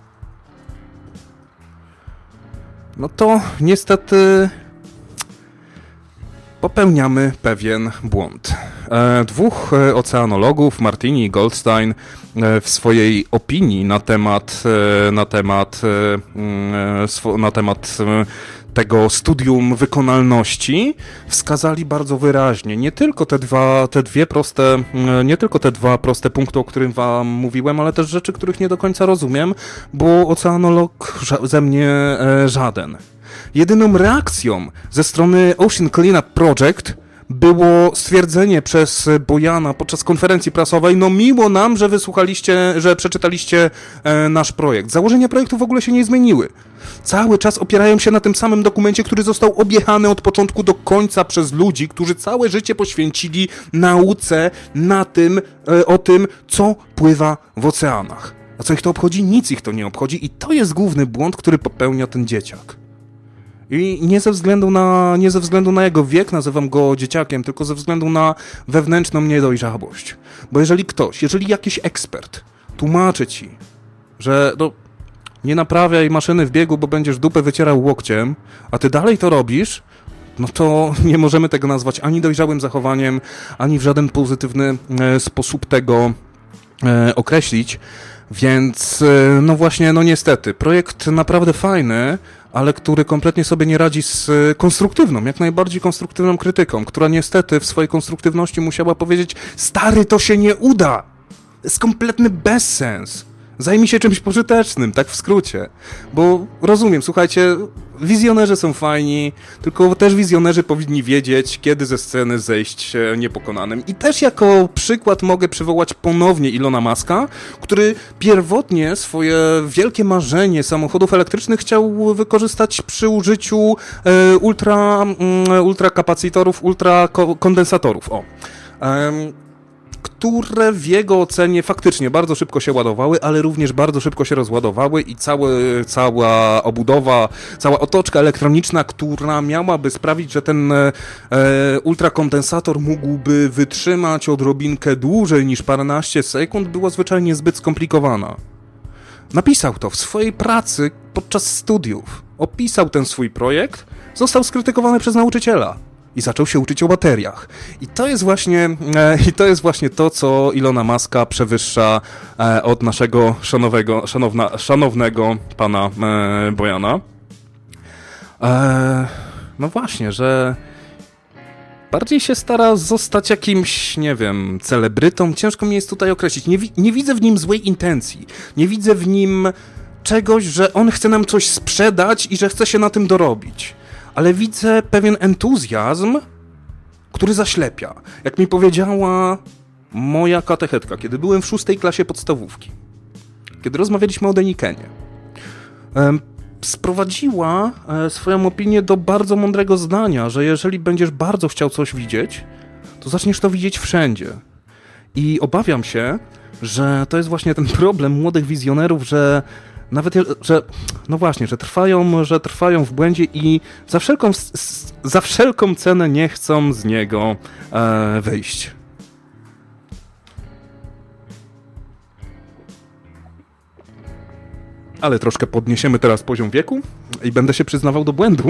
no to niestety popełniamy pewien błąd. Dwóch oceanologów, Martini i Goldstein, w swojej opinii na temat tego studium wykonalności wskazali bardzo wyraźnie nie tylko te dwa proste punkty, o których wam mówiłem, ale też rzeczy, których nie do końca rozumiem, bo oceanolog ze mnie żaden. Jedyną reakcją ze strony Ocean Cleanup Project było stwierdzenie przez Bojana podczas konferencji prasowej, no miło nam, że przeczytaliście nasz projekt. Założenia projektu w ogóle się nie zmieniły. Cały czas opierają się na tym samym dokumencie, który został objechany od początku do końca przez ludzi, którzy całe życie poświęcili nauce o tym, co pływa w oceanach. A co ich to obchodzi? Nic ich to nie obchodzi i to jest główny błąd, który popełnia ten dzieciak. I nie ze względu na jego wiek nazywam go dzieciakiem, tylko ze względu na wewnętrzną niedojrzałość. Bo jeżeli jakiś ekspert tłumaczy ci, że nie naprawiaj maszyny w biegu, bo będziesz dupę wycierał łokciem, a ty dalej to robisz, no to nie możemy tego nazwać ani dojrzałym zachowaniem, ani w żaden pozytywny sposób tego określić. Więc no właśnie, no niestety, projekt naprawdę fajny, ale który kompletnie sobie nie radzi z jak najbardziej konstruktywną krytyką, która niestety w swojej konstruktywności musiała powiedzieć: stary, to się nie uda! To jest kompletny bezsens. Zajmij się czymś pożytecznym, tak w skrócie. Bo rozumiem, słuchajcie, wizjonerzy są fajni, tylko też wizjonerzy powinni wiedzieć, kiedy ze sceny zejść niepokonanym. I też jako przykład mogę przywołać ponownie Elona Muska, który pierwotnie swoje wielkie marzenie samochodów elektrycznych chciał wykorzystać przy użyciu ultrakapacitorów, ultrakondensatorów. Które w jego ocenie faktycznie bardzo szybko się ładowały, ale również bardzo szybko się rozładowały i cała obudowa, cała otoczka elektroniczna, która miałaby sprawić, że ten ultrakondensator mógłby wytrzymać odrobinkę dłużej niż paręnaście sekund, była zwyczajnie zbyt skomplikowana. Napisał to w swojej pracy podczas studiów. Opisał ten swój projekt, został skrytykowany przez nauczyciela. I zaczął się uczyć o bateriach. I to jest właśnie to, co Elona Muska przewyższa od naszego szanownego pana Bojana. No właśnie, że bardziej się stara zostać jakimś, nie wiem, celebrytą. Ciężko mi jest tutaj określić. Nie widzę w nim złej intencji. Nie widzę w nim czegoś, że on chce nam coś sprzedać i że chce się na tym dorobić. Ale widzę pewien entuzjazm, który zaślepia. Jak mi powiedziała moja katechetka, kiedy byłem w 6. klasie podstawówki, kiedy rozmawialiśmy o Denikenie, sprowadziła swoją opinię do bardzo mądrego zdania, że jeżeli będziesz bardzo chciał coś widzieć, to zaczniesz to widzieć wszędzie. I obawiam się, że to jest właśnie ten problem młodych wizjonerów, że nawet, że trwają w błędzie i za wszelką cenę nie chcą z niego wyjść. Ale troszkę podniesiemy teraz poziom wieku i będę się przyznawał do błędu,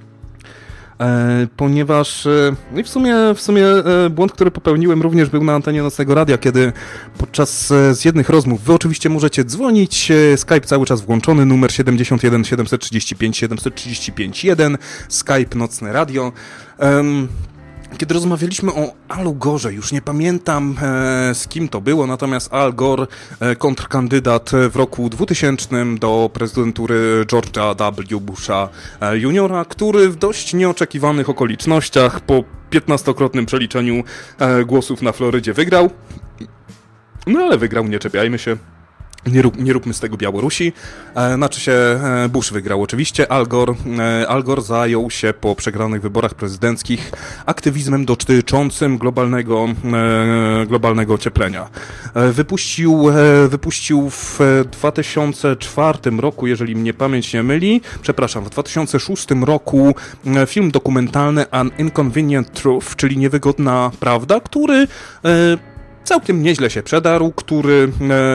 ponieważ w sumie błąd, który popełniłem, również był na antenie Nocnego Radia, kiedy podczas z jednych rozmów, wy oczywiście możecie dzwonić, Skype cały czas włączony, numer 71 735 735 1, Skype Nocne Radio. Kiedy rozmawialiśmy o Alu Gorze, już nie pamiętam z kim to było, natomiast Al Gore, kontrkandydat w roku 2000 do prezydentury George'a W. Busha juniora, który w dość nieoczekiwanych okolicznościach po 15-krotnym przeliczeniu głosów na Florydzie wygrał. No ale wygrał, nie czepiajmy się. Nie róbmy z tego Białorusi. Bush wygrał oczywiście. Al Gore zajął się po przegranych wyborach prezydenckich aktywizmem dotyczącym globalnego ocieplenia. Wypuścił w 2004 roku, jeżeli mnie pamięć nie myli, w 2006 roku film dokumentalny An Inconvenient Truth, czyli Niewygodna Prawda, który całkiem nieźle się przedarł, który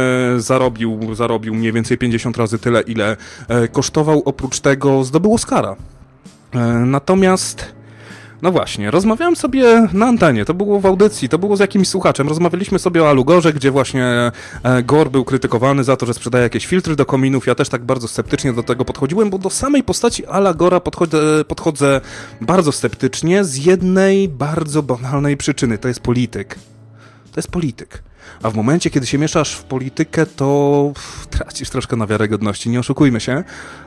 zarobił mniej więcej 50 razy tyle, ile kosztował. Oprócz tego zdobył Oscara. Natomiast, no właśnie, rozmawiałem sobie na antenie, to było w audycji, to było z jakimś słuchaczem, rozmawialiśmy sobie o Alu Gorze, gdzie właśnie Gore był krytykowany za to, że sprzedaje jakieś filtry do kominów. Ja też tak bardzo sceptycznie do tego podchodziłem, bo do samej postaci Ala Gora podchodzę bardzo sceptycznie z jednej bardzo banalnej przyczyny, to jest polityk. To jest polityk. A w momencie, kiedy się mieszasz w politykę, to tracisz troszkę na wiarygodności, nie oszukujmy się.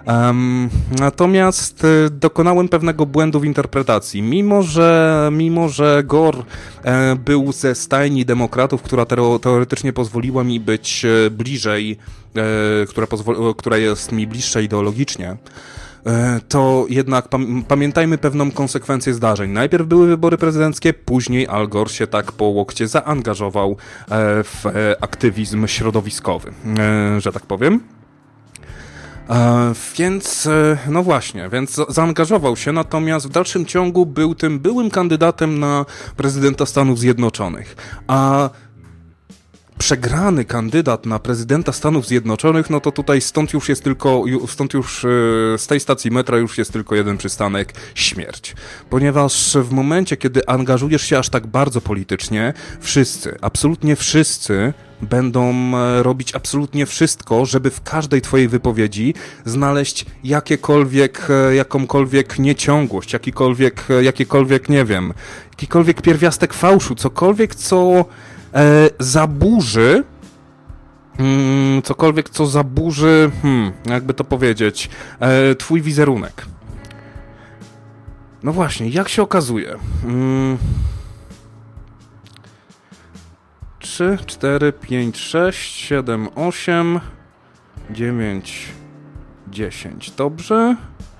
Natomiast dokonałem pewnego błędu w interpretacji. Mimo że Gore był ze stajni demokratów, która teoretycznie pozwoliła mi być bliżej, która jest mi bliższa ideologicznie, to jednak pamiętajmy pewną konsekwencję zdarzeń. Najpierw były wybory prezydenckie, później Al Gore się tak po łokcie zaangażował w aktywizm środowiskowy, że tak powiem. Więc zaangażował się, natomiast w dalszym ciągu był tym byłym kandydatem na prezydenta Stanów Zjednoczonych. A przegrany kandydat na prezydenta Stanów Zjednoczonych, no to tutaj stąd już z tej stacji metra już jest tylko jeden przystanek: śmierć. Ponieważ w momencie, kiedy angażujesz się aż tak bardzo politycznie, absolutnie wszyscy będą robić absolutnie wszystko, żeby w każdej twojej wypowiedzi znaleźć jakąkolwiek nieciągłość, jakikolwiek, nie wiem, jakikolwiek pierwiastek fałszu, cokolwiek, co zaburzy, jakby to powiedzieć, twój wizerunek. No właśnie, jak się okazuje, 3, 4, 5, 6, 7, 8, 9, 10, dobrze,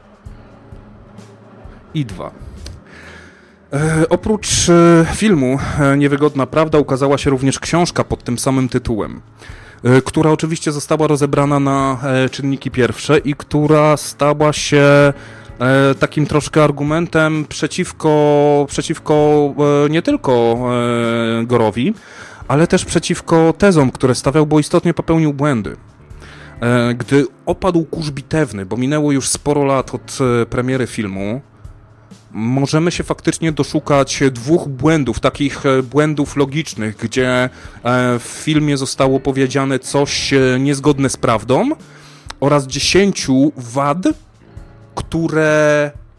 i 2. Oprócz filmu Niewygodna Prawda ukazała się również książka pod tym samym tytułem, która oczywiście została rozebrana na czynniki pierwsze i która stała się takim troszkę argumentem przeciwko nie tylko Gorowi, ale też przeciwko tezom, które stawiał, bo istotnie popełnił błędy. Gdy opadł kurz bitewny, bo minęło już sporo lat od premiery filmu, możemy się faktycznie doszukać 2 błędów, takich błędów logicznych, gdzie w filmie zostało powiedziane coś niezgodne z prawdą, oraz 10 wad, które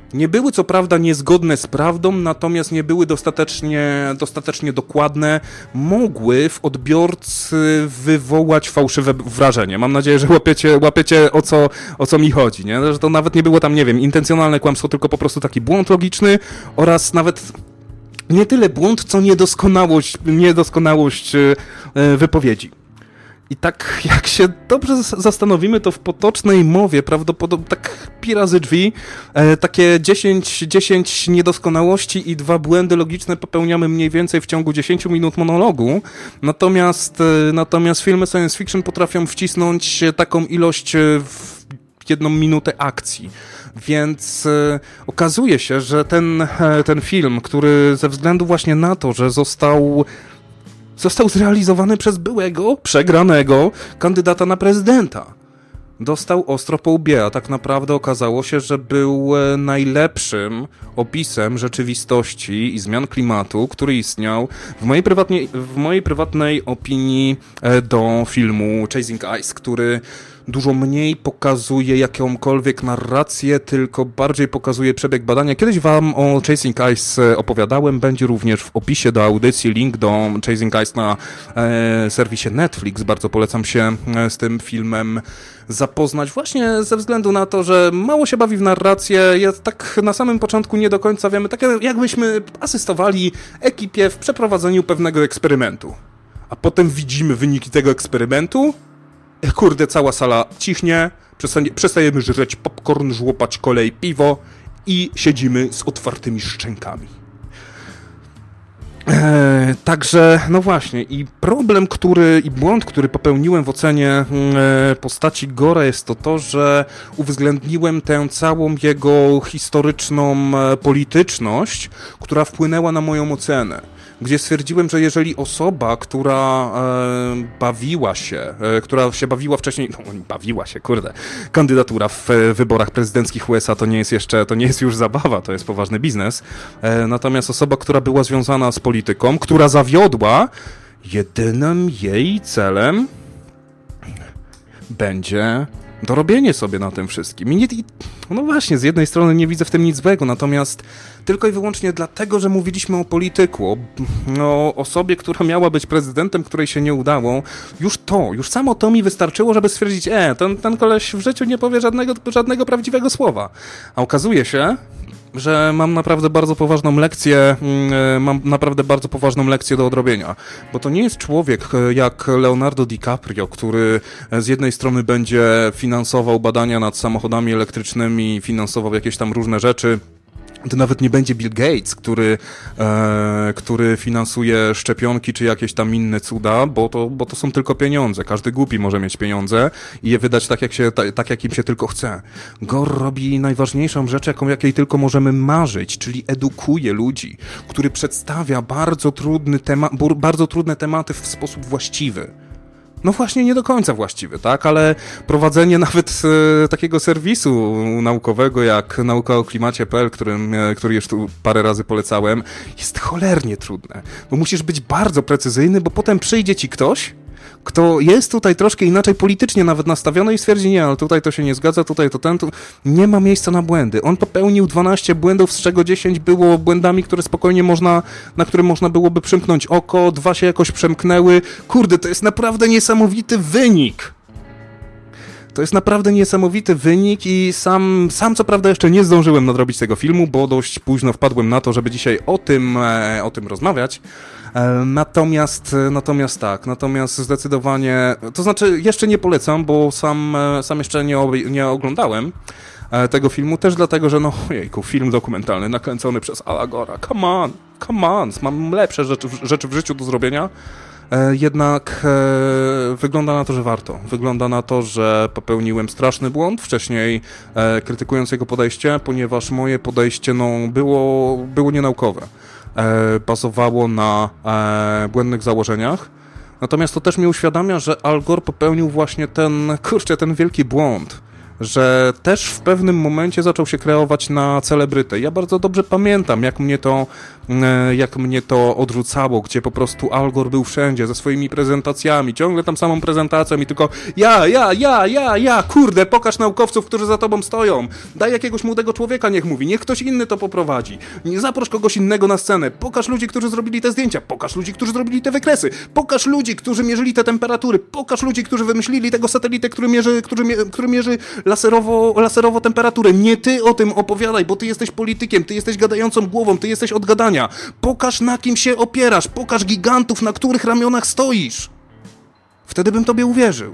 Nie były co prawda niezgodne z prawdą, natomiast nie były dostatecznie dokładne. Mogły w odbiorcy wywołać fałszywe wrażenie. Mam nadzieję, że łapiecie o co mi chodzi, nie? Że to nawet nie było tam, nie wiem, intencjonalne kłamstwo, tylko po prostu taki błąd logiczny oraz nawet nie tyle błąd, co niedoskonałość wypowiedzi. I tak jak się dobrze zastanowimy, to w potocznej mowie prawdopodobnie tak pi razy drzwi, takie 10 niedoskonałości i 2 błędy logiczne popełniamy mniej więcej w ciągu 10 minut monologu, natomiast filmy science fiction potrafią wcisnąć taką ilość w 1 minutę akcji. Więc okazuje się, że ten film, który ze względu właśnie na to, że został zrealizowany przez byłego, przegranego kandydata na prezydenta, dostał ostro po łbie, a tak naprawdę okazało się, że był najlepszym opisem rzeczywistości i zmian klimatu, który istniał w mojej prywatnej opinii do filmu Chasing Ice, który dużo mniej pokazuje jakąkolwiek narrację, tylko bardziej pokazuje przebieg badania. Kiedyś wam o Chasing Ice opowiadałem, będzie również w opisie do audycji link do Chasing Ice na serwisie Netflix. Bardzo polecam się z tym filmem zapoznać właśnie ze względu na to, że mało się bawi w narrację. Tak na samym początku nie do końca wiemy, tak jakbyśmy asystowali ekipie w przeprowadzeniu pewnego eksperymentu. A potem widzimy wyniki tego eksperymentu. Kurde, cała sala cichnie, przestajemy żreć popcorn, żłopać kolej, piwo i siedzimy z otwartymi szczękami. Także, no właśnie, i błąd, który popełniłem w ocenie postaci Gora jest to, że uwzględniłem tę całą jego historyczną polityczność, która wpłynęła na moją ocenę. Gdzie stwierdziłem, że jeżeli osoba, która się bawiła wcześniej, kandydatura w wyborach prezydenckich USA to nie jest już zabawa, to jest poważny biznes. Natomiast osoba, która była związana z polityką, która zawiodła, jedynym jej celem będzie dorobienie sobie na tym wszystkim. No właśnie, z jednej strony nie widzę w tym nic złego, natomiast tylko i wyłącznie dlatego, że mówiliśmy o polityku, o osobie, która miała być prezydentem, której się nie udało, już samo to mi wystarczyło, żeby stwierdzić, ten koleś w życiu nie powie żadnego prawdziwego słowa. A okazuje się, że mam naprawdę bardzo poważną lekcję do odrobienia. Bo to nie jest człowiek jak Leonardo DiCaprio, który z jednej strony będzie finansował badania nad samochodami elektrycznymi, finansował jakieś tam różne rzeczy. To nawet nie będzie Bill Gates, który finansuje szczepionki czy jakieś tam inne cuda, bo to są tylko pieniądze. Każdy głupi może mieć pieniądze i je wydać tak jak im się tylko chce. Gore robi najważniejszą rzecz, jakiej tylko możemy marzyć, czyli edukuje ludzi, który przedstawia bardzo trudne tematy w sposób właściwy. No właśnie, nie do końca właściwy, tak? Ale prowadzenie nawet takiego serwisu naukowego jak Nauka o Klimacie.pl, który już tu parę razy polecałem, jest cholernie trudne. Bo musisz być bardzo precyzyjny, bo potem przyjdzie ci ktoś, kto jest tutaj troszkę inaczej politycznie nawet nastawiony i stwierdzi, nie, ale tutaj to się nie zgadza, tutaj to ten, tu nie ma miejsca na błędy. On popełnił 12 błędów, z czego 10 było błędami, na które można byłoby przymknąć oko, 2 się jakoś przemknęły. Kurde, to jest naprawdę niesamowity wynik. To jest naprawdę niesamowity wynik i sam co prawda jeszcze nie zdążyłem nadrobić tego filmu, bo dość późno wpadłem na to, żeby dzisiaj o tym rozmawiać. Natomiast zdecydowanie, to znaczy jeszcze nie polecam, bo sam jeszcze nie oglądałem tego filmu, też dlatego, że film dokumentalny nakręcony przez Ala Gora, come on, mam lepsze rzeczy w życiu do zrobienia. Jednak wygląda na to, że warto. Wygląda na to, że popełniłem straszny błąd wcześniej krytykując jego podejście, ponieważ moje podejście było nienaukowe. Bazowało na błędnych założeniach. Natomiast to też mi uświadamia, że Al Gore popełnił właśnie ten wielki błąd, że też w pewnym momencie zaczął się kreować na celebrytę. Ja bardzo dobrze pamiętam, jak mnie to odrzucało, gdzie po prostu Al Gore był wszędzie ze swoimi prezentacjami, ciągle tam samą prezentacją i tylko kurde, pokaż naukowców, którzy za tobą stoją, daj jakiegoś młodego człowieka, niech mówi, niech ktoś inny to poprowadzi, nie zaproś kogoś innego na scenę, pokaż ludzi, którzy zrobili te zdjęcia, pokaż ludzi, którzy zrobili te wykresy, pokaż ludzi, którzy mierzyli te temperatury, pokaż ludzi, którzy wymyślili tego satelitę, który mierzy laserowo temperaturę. Nie ty o tym opowiadaj, bo ty jesteś politykiem, ty jesteś gadającą głową, ty jesteś od gadania. Pokaż, na kim się opierasz, pokaż gigantów, na których ramionach stoisz. Wtedy bym tobie uwierzył.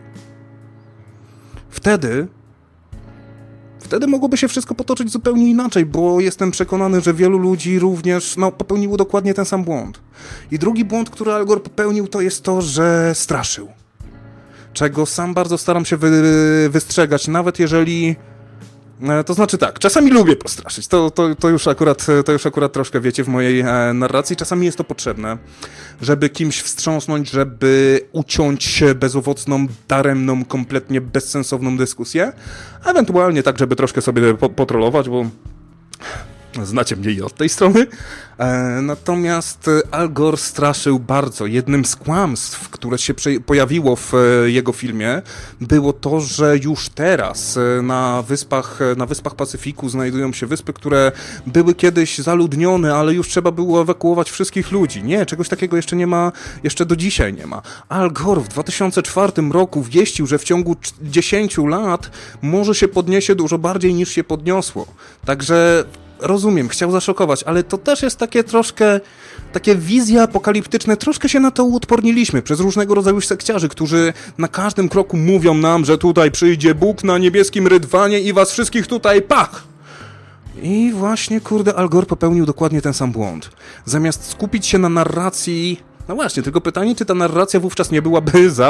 Wtedy mogłoby się wszystko potoczyć zupełnie inaczej, bo jestem przekonany, że wielu ludzi również popełniło dokładnie ten sam błąd. I drugi błąd, który Al Gore popełnił, to jest to, że straszył. Czego sam bardzo staram się wystrzegać, nawet jeżeli... To znaczy tak, czasami lubię postraszyć, to już akurat troszkę wiecie w mojej narracji, czasami jest to potrzebne, żeby kimś wstrząsnąć, żeby uciąć bezowocną, daremną, kompletnie bezsensowną dyskusję, ewentualnie tak, żeby troszkę sobie potrolować, bo znacie mnie i od tej strony. Natomiast Al Gore straszył bardzo. Jednym z kłamstw, które się pojawiło w jego filmie, było to, że już teraz na wyspach Pacyfiku znajdują się wyspy, które były kiedyś zaludnione, ale już trzeba było ewakuować wszystkich ludzi. Nie, czegoś takiego jeszcze nie ma, jeszcze do dzisiaj nie ma. Al Gore w 2004 roku wieścił, że w ciągu 10 lat może się podniesie dużo bardziej niż się podniosło. Także rozumiem, chciał zaszokować, ale to też jest takie wizje apokaliptyczne, troszkę się na to uodporniliśmy przez różnego rodzaju sekciarzy, którzy na każdym kroku mówią nam, że tutaj przyjdzie Bóg na niebieskim rydwanie i was wszystkich tutaj pach! I właśnie, kurde, Al Gore popełnił dokładnie ten sam błąd. Zamiast skupić się na narracji... No właśnie, tylko pytanie, czy ta narracja wówczas nie byłaby za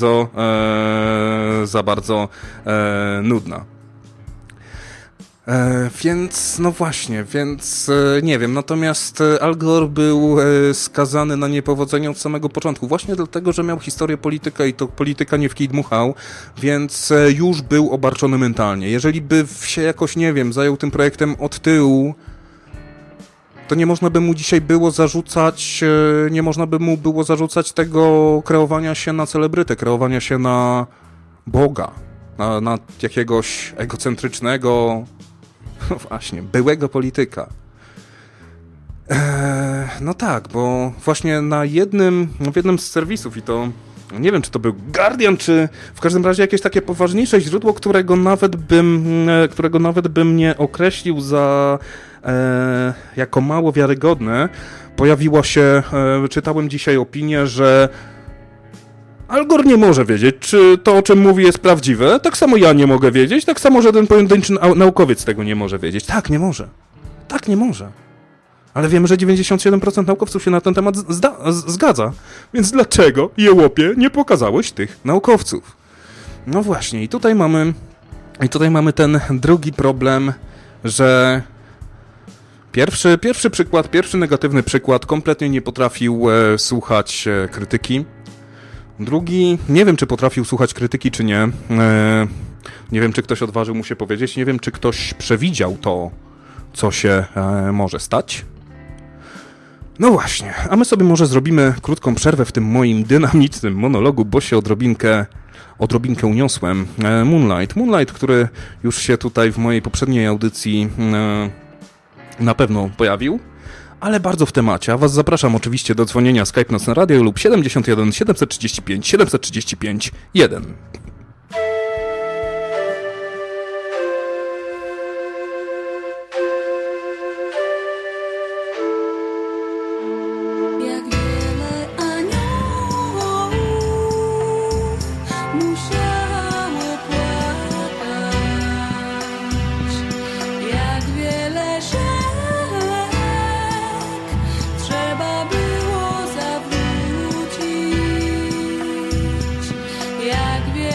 bardzo nudna. Więc nie wiem, natomiast Al Gore był skazany na niepowodzenie od samego początku, właśnie dlatego, że miał historię polityka i to polityka nie w kij dmuchał, więc już był obarczony mentalnie. Jeżeli by się jakoś, nie wiem, zajął tym projektem od tyłu, to nie można by mu dzisiaj było zarzucać tego kreowania się na celebrytę, kreowania się na Boga, na jakiegoś egocentrycznego, no właśnie, byłego polityka. No tak, bo właśnie w jednym z serwisów, i to nie wiem, czy to był Guardian, czy w każdym razie jakieś takie poważniejsze źródło, którego nawet bym nie określił jako mało wiarygodne, pojawiła się, czytałem dzisiaj opinię, że Al Gore nie może wiedzieć, czy to, o czym mówi, jest prawdziwe. Tak samo ja nie mogę wiedzieć, tak samo żaden pojedynczy naukowiec tego nie może wiedzieć. Tak, nie może. Tak, nie może. Ale wiemy, że 97% naukowców się na ten temat zgadza. Więc dlaczego, jełopie, nie pokazałeś tych naukowców? No właśnie, i tutaj mamy ten drugi problem, że pierwszy negatywny przykład kompletnie nie potrafił słuchać krytyki. Drugi, nie wiem, czy potrafił słuchać krytyki, czy nie. Nie wiem, czy ktoś odważył mu się powiedzieć. Nie wiem, czy ktoś przewidział to, co się może stać. No właśnie, a my sobie może zrobimy krótką przerwę w tym moim dynamicznym monologu, bo się odrobinkę uniosłem. Moonlight, który już się tutaj w mojej poprzedniej audycji na pewno pojawił, ale bardzo w temacie. A was zapraszam oczywiście do dzwonienia Skype Nocne Radio lub 71 735 735 1. Jak wie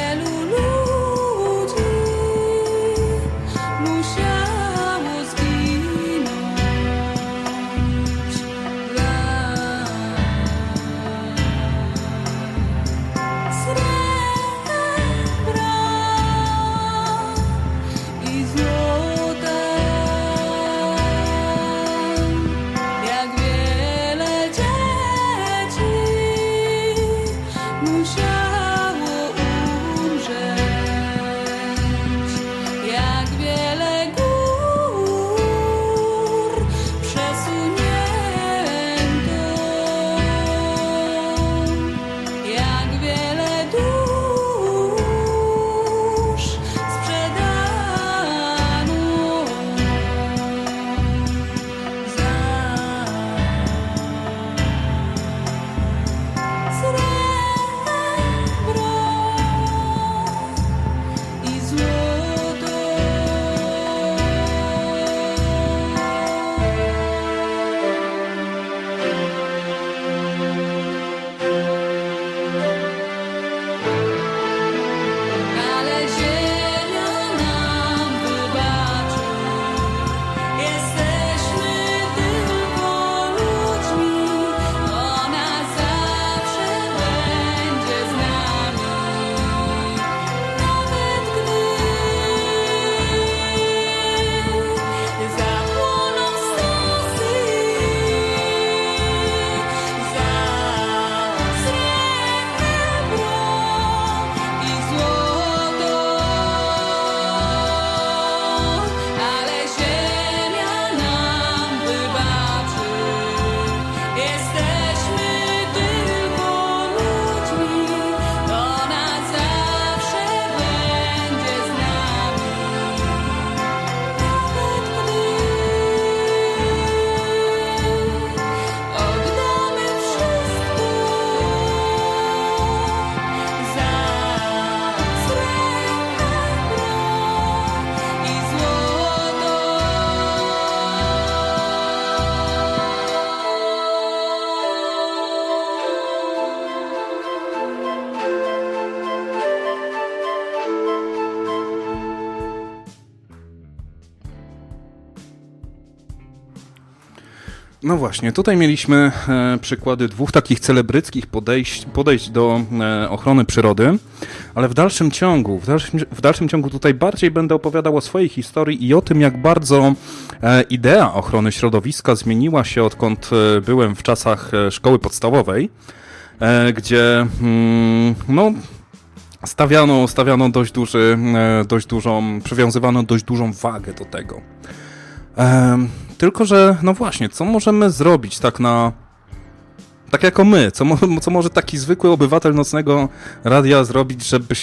No właśnie, tutaj mieliśmy przykłady dwóch takich celebryckich podejść do ochrony przyrody, ale w dalszym ciągu tutaj bardziej będę opowiadał o swojej historii i o tym, jak bardzo idea ochrony środowiska zmieniła się, odkąd byłem w czasach szkoły podstawowej, gdzie stawiano przywiązywano dość dużą wagę do tego. Tylko że, no właśnie, co możemy zrobić tak jako my, co może taki zwykły obywatel Nocnego Radia zrobić,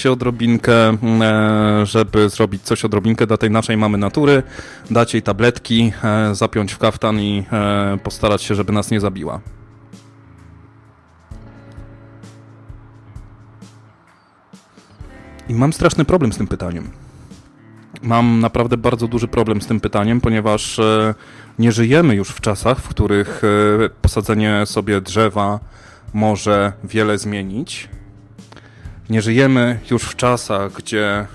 żeby zrobić coś odrobinkę dla tej naszej mamy natury, dać jej tabletki, zapiąć w kaftan i postarać się, żeby nas nie zabiła. I mam straszny problem z tym pytaniem. Mam naprawdę bardzo duży problem z tym pytaniem, ponieważ nie żyjemy już w czasach, w których posadzenie sobie drzewa może wiele zmienić. Nie żyjemy już w czasach, gdzie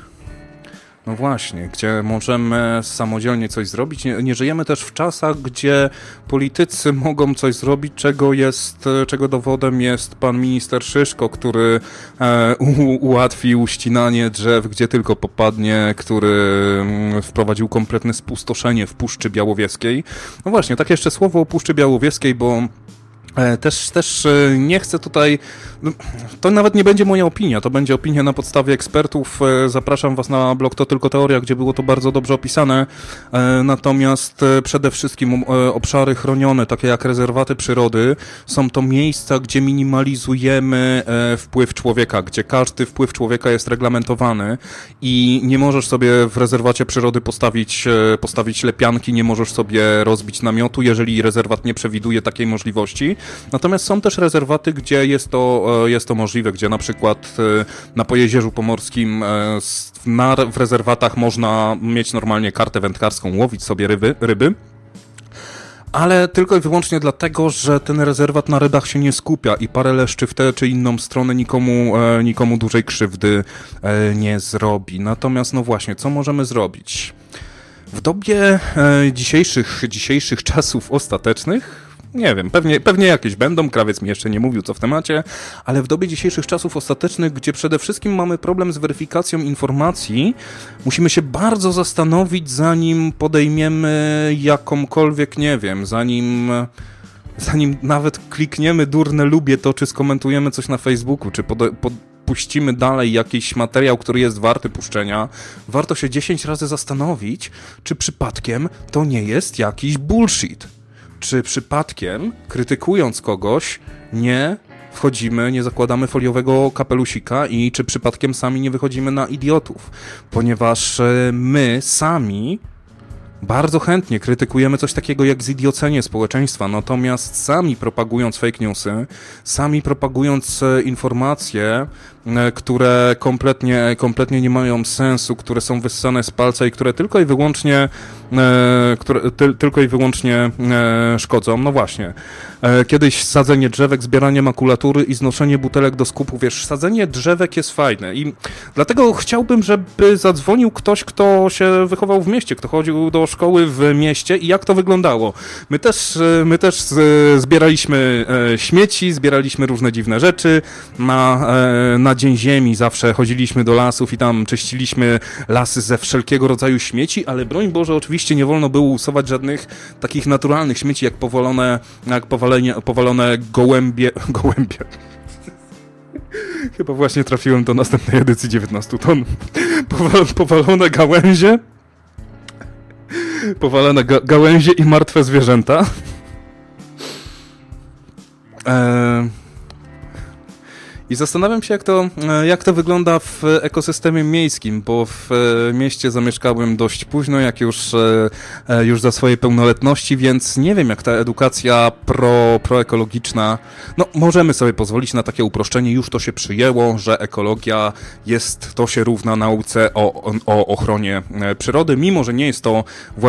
możemy samodzielnie coś zrobić. Nie żyjemy też w czasach, gdzie politycy mogą coś zrobić, czego dowodem jest pan minister Szyszko, który ułatwił ścinanie drzew, gdzie tylko popadnie, który wprowadził kompletne spustoszenie w Puszczy Białowieskiej. No właśnie, tak jeszcze słowo o Puszczy Białowieskiej, bo też nie chcę tutaj, to nawet nie będzie moja opinia, to będzie opinia na podstawie ekspertów. Zapraszam was na blog To Tylko Teoria, gdzie było to bardzo dobrze opisane. Natomiast przede wszystkim obszary chronione, takie jak rezerwaty przyrody, są to miejsca, gdzie minimalizujemy wpływ człowieka, gdzie każdy wpływ człowieka jest reglamentowany i nie możesz sobie w rezerwacie przyrody postawić lepianki, nie możesz sobie rozbić namiotu, jeżeli rezerwat nie przewiduje takiej możliwości. Natomiast są też rezerwaty, gdzie jest to możliwe, gdzie na przykład na Pojezierzu Pomorskim w rezerwatach można mieć normalnie kartę wędkarską, łowić sobie ryby, ale tylko i wyłącznie dlatego, że ten rezerwat na rybach się nie skupia i parę leszczy w tę czy inną stronę nikomu dużej krzywdy nie zrobi. Natomiast no właśnie, co możemy zrobić? W dobie dzisiejszych czasów ostatecznych, nie wiem, pewnie jakieś będą, krawiec mi jeszcze nie mówił co w temacie, ale w dobie dzisiejszych czasów ostatecznych, gdzie przede wszystkim mamy problem z weryfikacją informacji, musimy się bardzo zastanowić, zanim podejmiemy jakąkolwiek, nie wiem, zanim zanim nawet klikniemy durne lubię to, czy skomentujemy coś na Facebooku, czy puścimy dalej jakiś materiał, który jest warty puszczenia, warto się 10 razy zastanowić, czy przypadkiem to nie jest jakiś bullshit. Czy przypadkiem, krytykując kogoś, nie wchodzimy, nie zakładamy foliowego kapelusika i czy przypadkiem sami nie wychodzimy na idiotów. Ponieważ my sami bardzo chętnie krytykujemy coś takiego jak zidiocenie społeczeństwa, natomiast sami propagując fake newsy, sami propagując informacje, które kompletnie nie mają sensu, które są wyssane z palca i które tylko i wyłącznie szkodzą. No właśnie. Kiedyś sadzenie drzewek, zbieranie makulatury i znoszenie butelek do skupu. Wiesz, sadzenie drzewek jest fajne i dlatego chciałbym, żeby zadzwonił ktoś, kto się wychował w mieście, kto chodził do szkoły w mieście i jak to wyglądało. My też zbieraliśmy śmieci, zbieraliśmy różne dziwne rzeczy. Na Dzień Ziemi zawsze chodziliśmy do lasów i tam czyściliśmy lasy ze wszelkiego rodzaju śmieci, ale broń Boże, oczywiście nie wolno było usuwać żadnych takich naturalnych śmieci, jak powalone gołębie. Chyba właśnie trafiłem do następnej edycji 19 ton. Powalone gałęzie. Powalone gałęzie i martwe zwierzęta. I zastanawiam się, jak to wygląda w ekosystemie miejskim, bo w mieście zamieszkałem dość późno, jak już za swojej pełnoletności, więc nie wiem, jak ta edukacja proekologiczna, no możemy sobie pozwolić na takie uproszczenie, już to się przyjęło, że ekologia to się równa nauce o ochronie przyrody, mimo że nie jest to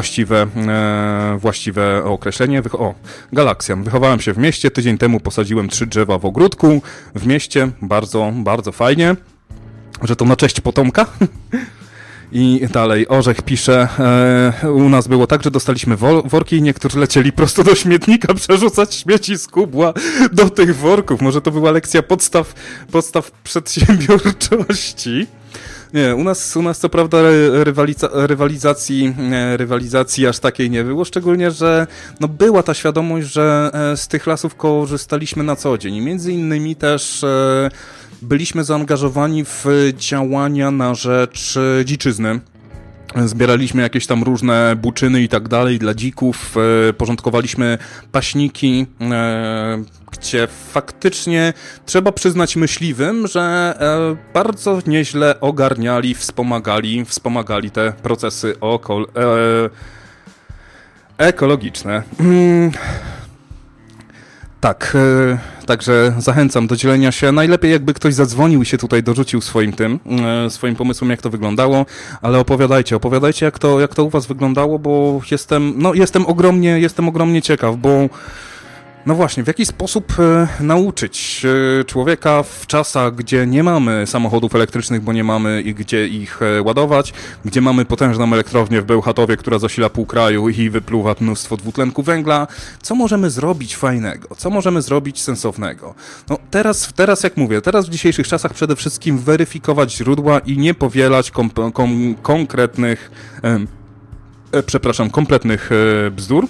właściwe określenie. Galaksjan. Wychowałem się w mieście, tydzień temu posadziłem 3 drzewa w ogródku w mieście. Bardzo, bardzo fajnie, że to na cześć potomka. I dalej Orzech pisze, u nas było tak, że dostaliśmy worki i niektórzy lecieli prosto do śmietnika przerzucać śmieci z kubła do tych worków. Może to była lekcja podstaw przedsiębiorczości. Nie, u nas co prawda rywalizacji aż takiej nie było, szczególnie, że no była ta świadomość, że z tych lasów korzystaliśmy na co dzień i między innymi też byliśmy zaangażowani w działania na rzecz dziczyzny. Zbieraliśmy jakieś tam różne buczyny i tak dalej dla dzików, porządkowaliśmy paśniki, gdzie faktycznie trzeba przyznać myśliwym, że bardzo nieźle ogarniali, wspomagali te procesy ekologiczne. Tak, także zachęcam do dzielenia się. Najlepiej jakby ktoś zadzwonił i się tutaj dorzucił swoim pomysłem, jak to wyglądało, ale opowiadajcie jak to u was wyglądało, bo jestem ogromnie ciekaw, bo no właśnie, w jaki sposób nauczyć człowieka w czasach, gdzie nie mamy samochodów elektrycznych, bo nie mamy gdzie ich ładować, gdzie mamy potężną elektrownię w Bełchatowie, która zasila pół kraju i wypluwa mnóstwo dwutlenku węgla, co możemy zrobić fajnego, co możemy zrobić sensownego? No teraz jak mówię, teraz w dzisiejszych czasach przede wszystkim weryfikować źródła i nie powielać kompletnych bzdur.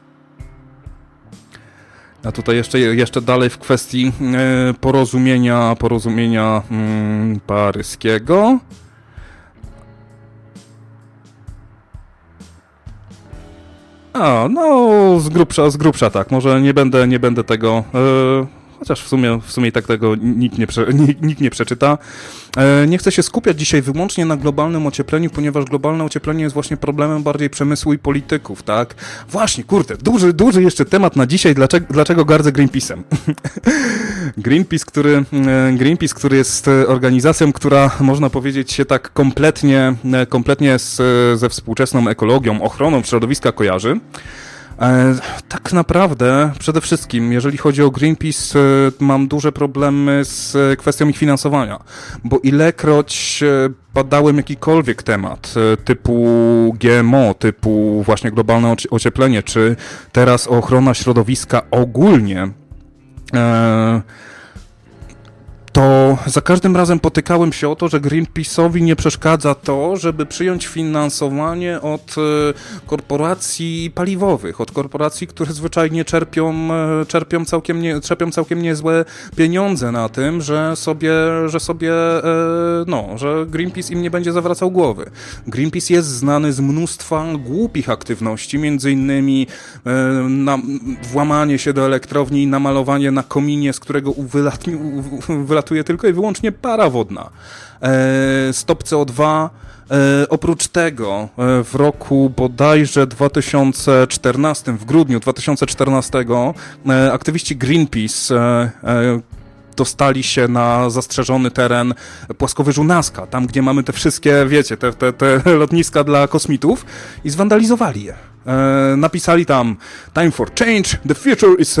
A tutaj jeszcze dalej w kwestii porozumienia paryskiego. Z grubsza tak. Może nie będę tego... Chociaż w sumie i tak tego nikt nie przeczyta. Nie chcę się skupiać dzisiaj wyłącznie na globalnym ociepleniu, ponieważ globalne ocieplenie jest właśnie problemem bardziej przemysłu i polityków, tak? Właśnie, kurde, duży jeszcze temat na dzisiaj, dlaczego gardzę Greenpeace'em. Greenpeace, który jest organizacją, która można powiedzieć się tak kompletnie ze współczesną ekologią, ochroną środowiska kojarzy. Tak naprawdę, przede wszystkim, jeżeli chodzi o Greenpeace, mam duże problemy z kwestią ich finansowania, bo ilekroć badałem jakikolwiek temat typu GMO, typu właśnie globalne ocieplenie, czy teraz ochrona środowiska ogólnie, to za każdym razem potykałem się o to, że Greenpeace'owi nie przeszkadza to, żeby przyjąć finansowanie od korporacji paliwowych, od korporacji, które zwyczajnie czerpią całkiem niezłe pieniądze na tym, że Greenpeace im nie będzie zawracał głowy. Greenpeace jest znany z mnóstwa głupich aktywności, między innymi włamanie się do elektrowni i namalowanie na kominie, z którego wylatuje tylko i wyłącznie para wodna. Stop CO2. Oprócz tego w roku bodajże 2014, w grudniu 2014 aktywiści Greenpeace dostali się na zastrzeżony teren płaskowyżu Nazca, tam gdzie mamy te wszystkie, wiecie, te lotniska dla kosmitów i zwandalizowali je. Napisali tam "Time for change, the future is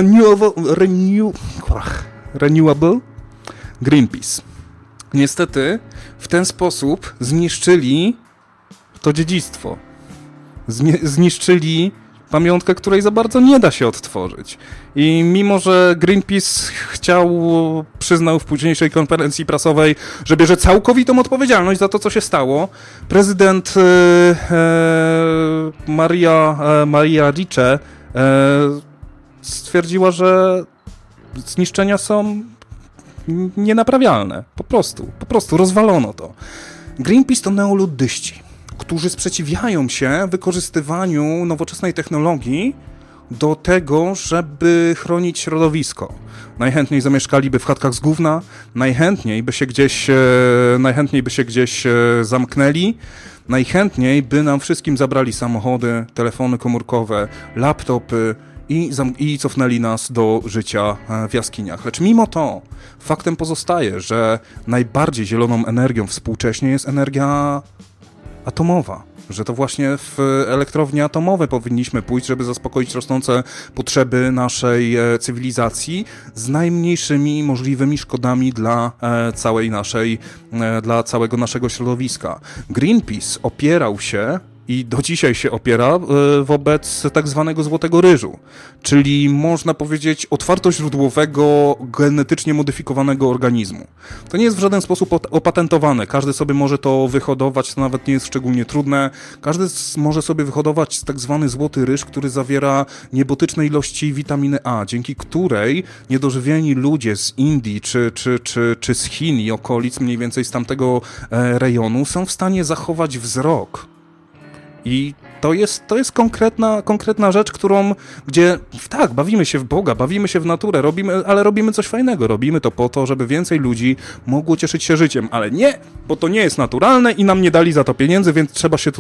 renewable Greenpeace". Niestety w ten sposób zniszczyli to dziedzictwo. Zniszczyli pamiątkę, której za bardzo nie da się odtworzyć. I mimo, że Greenpeace przyznał w późniejszej konferencji prasowej, że bierze całkowitą odpowiedzialność za to, co się stało, prezydent Maria Ricci stwierdziła, że zniszczenia są nienaprawialne. Po prostu rozwalono to. Greenpeace to neoluddyści, którzy sprzeciwiają się wykorzystywaniu nowoczesnej technologii do tego, żeby chronić środowisko. Najchętniej zamieszkaliby w chatkach z gówna, najchętniej by się gdzieś zamknęli, najchętniej by nam wszystkim zabrali samochody, telefony komórkowe, laptopy i cofnęli nas do życia w jaskiniach. Lecz mimo to faktem pozostaje, że najbardziej zieloną energią współcześnie jest energia atomowa, że to właśnie w elektrownie atomowe powinniśmy pójść, żeby zaspokoić rosnące potrzeby naszej cywilizacji z najmniejszymi możliwymi szkodami dla całego naszego środowiska. Greenpeace opierał się i do dzisiaj się opiera wobec tak zwanego złotego ryżu, czyli można powiedzieć otwartoźródłowego, genetycznie modyfikowanego organizmu. To nie jest w żaden sposób opatentowane, każdy sobie może to wyhodować, to nawet nie jest szczególnie trudne, każdy może sobie wyhodować tak zwany złoty ryż, który zawiera niebotyczne ilości witaminy A, dzięki której niedożywieni ludzie z Indii czy z Chin i okolic, mniej więcej z tamtego rejonu, są w stanie zachować wzrok. I to jest konkretna rzecz, gdzie tak, bawimy się w Boga, bawimy się w naturę, ale robimy coś fajnego. Robimy to po to, żeby więcej ludzi mogło cieszyć się życiem, ale nie, bo to nie jest naturalne i nam nie dali za to pieniędzy, więc trzeba się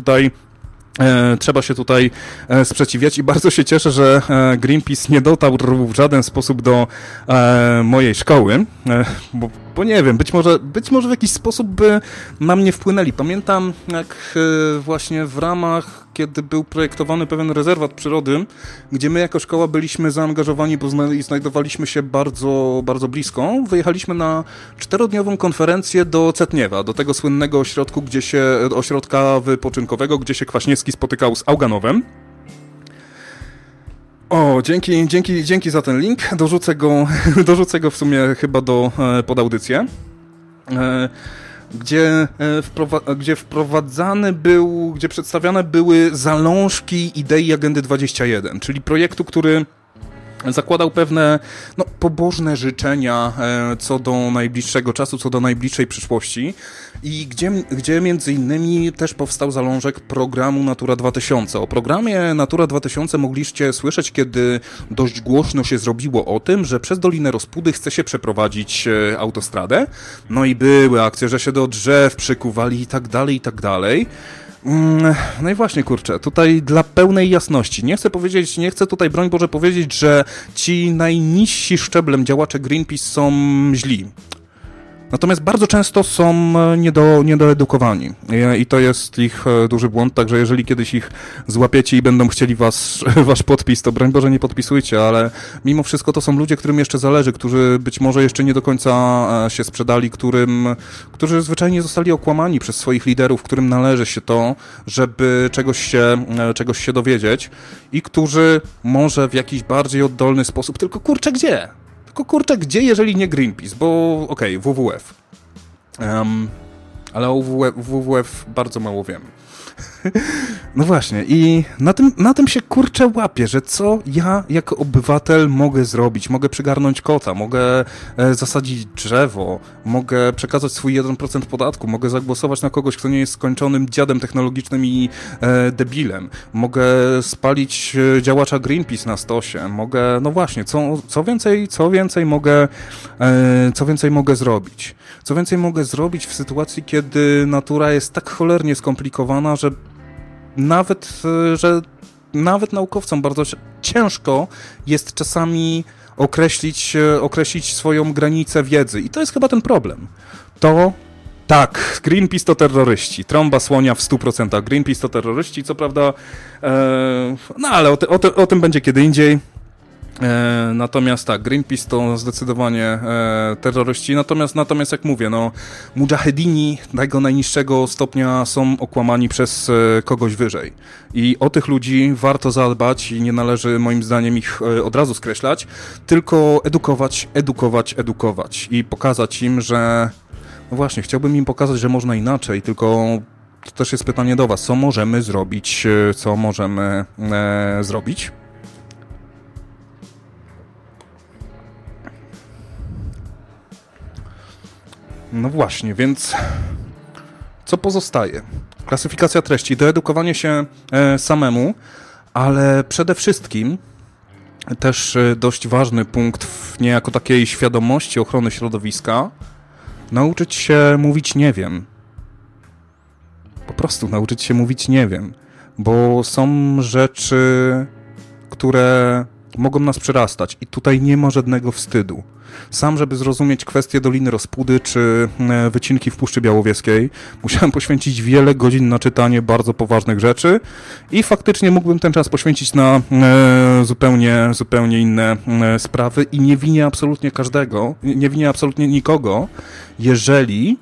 tutaj sprzeciwiać i bardzo się cieszę, że Greenpeace nie dotarł w żaden sposób do mojej szkoły, bo nie wiem, być może w jakiś sposób by na mnie wpłynęli. Pamiętam, jak właśnie w ramach, kiedy był projektowany pewien rezerwat przyrody, gdzie my jako szkoła byliśmy zaangażowani, bo znajdowaliśmy się bardzo, bardzo blisko, wyjechaliśmy na 4-dniową konferencję do Cetniewa, do tego słynnego ośrodka wypoczynkowego, gdzie się Kwaśniewski spotykał z Auganowem. O, dzięki za ten link. Dorzucę go w sumie chyba pod audycję. Gdzie przedstawiane były zalążki idei Agendy 21, czyli projektu, który zakładał pewne pobożne życzenia co do najbliższego czasu, co do najbliższej przyszłości i gdzie między innymi też powstał zalążek programu Natura 2000. O programie Natura 2000 mogliście słyszeć, kiedy dość głośno się zrobiło o tym, że przez Dolinę Rospudy chce się przeprowadzić autostradę. No i były akcje, że się do drzew przykuwali i tak dalej. No i właśnie, kurczę, tutaj dla pełnej jasności, nie chcę tutaj, broń Boże, powiedzieć, że ci najniżsi szczeblem działacze Greenpeace są źli. Natomiast bardzo często są niedoedukowani i to jest ich duży błąd, także jeżeli kiedyś ich złapiecie i będą chcieli wasz podpis, to broń Boże nie podpisujcie, ale mimo wszystko to są ludzie, którym jeszcze zależy, którzy być może jeszcze nie do końca się sprzedali, którzy zwyczajnie zostali okłamani przez swoich liderów, którym należy się to, żeby czegoś się dowiedzieć i którzy może w jakiś bardziej oddolny sposób, tylko kurczę gdzie? Tylko kurczę, gdzie jeżeli nie Greenpeace? Bo okej, WWF. Ale o WWF bardzo mało wiem. No właśnie i na tym się kurczę łapię, że co ja jako obywatel mogę zrobić? Mogę przygarnąć kota, mogę zasadzić drzewo, mogę przekazać swój 1% podatku, mogę zagłosować na kogoś, kto nie jest skończonym dziadem technologicznym i debilem, mogę spalić działacza Greenpeace na stosie, mogę, no właśnie, co więcej mogę zrobić? Co więcej mogę zrobić w sytuacji, kiedy natura jest tak cholernie skomplikowana, że nawet naukowcom bardzo ciężko jest czasami określić swoją granicę wiedzy. I to jest chyba ten problem. Tak, Greenpeace to terroryści. Trąba słonia w 100%. Greenpeace to terroryści, co prawda, no ale o tym będzie kiedy indziej. Natomiast tak, Greenpeace to zdecydowanie terroryści, natomiast jak mówię, no mujahedini tego najniższego stopnia są okłamani przez kogoś wyżej i o tych ludzi warto zadbać i nie należy moim zdaniem ich od razu skreślać, tylko edukować i pokazać im, że no właśnie, chciałbym im pokazać, że można inaczej, tylko to też jest pytanie do was, co możemy zrobić? No właśnie, więc co pozostaje? Klasyfikacja treści, doedukowanie się samemu, ale przede wszystkim też dość ważny punkt w niejako takiej świadomości ochrony środowiska, nauczyć się mówić nie wiem. Po prostu nauczyć się mówić nie wiem, bo są rzeczy, które mogą nas przerastać i tutaj nie ma żadnego wstydu. Sam, żeby zrozumieć kwestię Doliny Rospudy czy wycinki w Puszczy Białowieskiej, musiałem poświęcić wiele godzin na czytanie bardzo poważnych rzeczy i faktycznie mógłbym ten czas poświęcić na zupełnie inne sprawy i nie winię absolutnie nikogo, jeżeli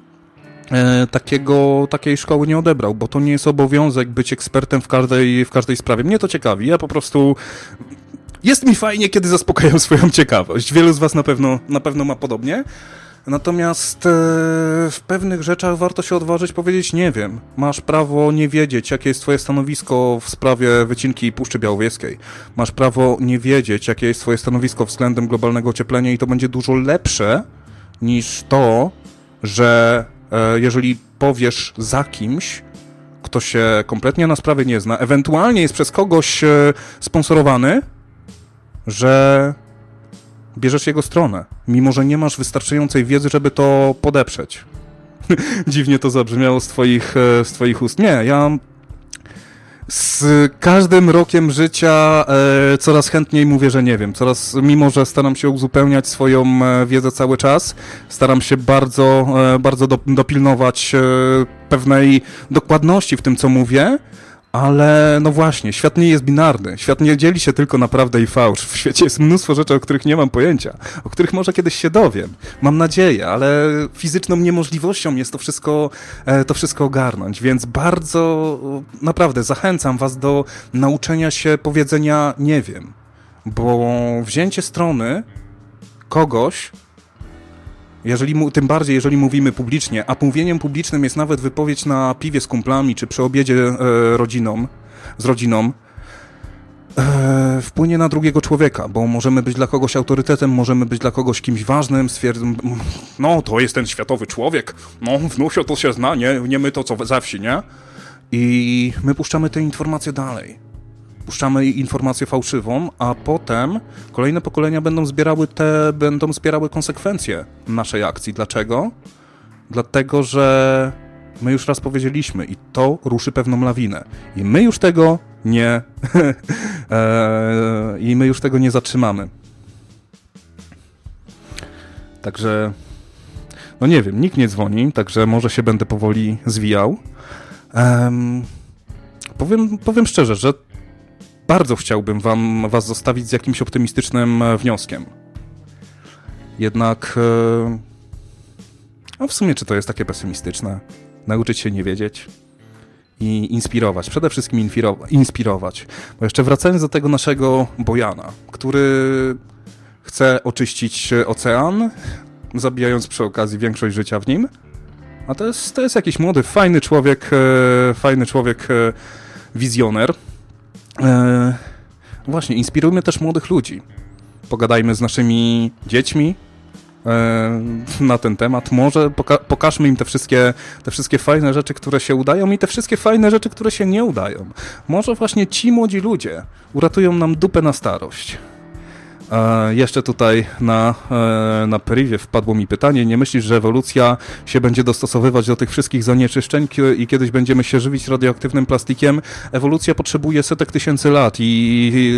takiej szkoły nie odebrał, bo to nie jest obowiązek być ekspertem w każdej sprawie. Mnie to ciekawi, ja po prostu... Jest mi fajnie, kiedy zaspokajam swoją ciekawość. Wielu z was na pewno ma podobnie. Natomiast w pewnych rzeczach warto się odważyć powiedzieć nie wiem. Masz prawo nie wiedzieć, jakie jest twoje stanowisko w sprawie wycinki Puszczy Białowieskiej. Masz prawo nie wiedzieć, jakie jest twoje stanowisko względem globalnego ocieplenia i to będzie dużo lepsze niż to, że jeżeli powiesz za kimś, kto się kompletnie na sprawie nie zna, ewentualnie jest przez kogoś sponsorowany, że bierzesz jego stronę, mimo że nie masz wystarczającej wiedzy, żeby to podeprzeć. Dziwnie to zabrzmiało z twoich ust. Nie, ja z każdym rokiem życia coraz chętniej mówię, że nie wiem. Mimo że staram się uzupełniać swoją wiedzę cały czas, staram się bardzo dopilnować pewnej dokładności w tym, co mówię, ale no właśnie, świat nie jest binarny. Świat nie dzieli się tylko na prawdę i fałsz. W świecie jest mnóstwo rzeczy, o których nie mam pojęcia, o których może kiedyś się dowiem. Mam nadzieję, ale fizyczną niemożliwością jest to wszystko ogarnąć, więc bardzo naprawdę zachęcam was do nauczenia się powiedzenia nie wiem, bo wzięcie strony kogoś, tym bardziej, jeżeli mówimy publicznie, a mówieniem publicznym jest nawet wypowiedź na piwie z kumplami, czy przy obiedzie z rodziną, wpłynie na drugiego człowieka, bo możemy być dla kogoś autorytetem, możemy być dla kogoś kimś ważnym, no to jest ten światowy człowiek, no wnusio to się zna, nie my to co ze wsi, nie? I my puszczamy te informacje dalej. Puszczamy informację fałszywą, a potem kolejne pokolenia będą zbierały konsekwencje naszej akcji. Dlaczego? Dlatego, że my już raz powiedzieliśmy i to ruszy pewną lawinę. I my już tego nie zatrzymamy. Także, no nie wiem, nikt nie dzwoni, także może się będę powoli zwijał. Powiem szczerze, że bardzo chciałbym was zostawić z jakimś optymistycznym wnioskiem. Jednak, w sumie czy to jest takie pesymistyczne? Nauczyć się nie wiedzieć i inspirować. Przede wszystkim inspirować. Bo jeszcze wracając do tego naszego Bojana, który chce oczyścić ocean, zabijając przy okazji większość życia w nim. A to jest jakiś młody, fajny człowiek, wizjoner. Właśnie, inspirujmy też młodych ludzi. Pogadajmy z naszymi dziećmi na ten temat. Może pokażmy im te wszystkie fajne rzeczy, które się udają i te wszystkie fajne rzeczy, które się nie udają. Może właśnie ci młodzi ludzie uratują nam dupę na starość. Jeszcze tutaj na privie wpadło mi pytanie, nie myślisz, że ewolucja się będzie dostosowywać do tych wszystkich zanieczyszczeń i kiedyś będziemy się żywić radioaktywnym plastikiem? Ewolucja potrzebuje setek tysięcy lat i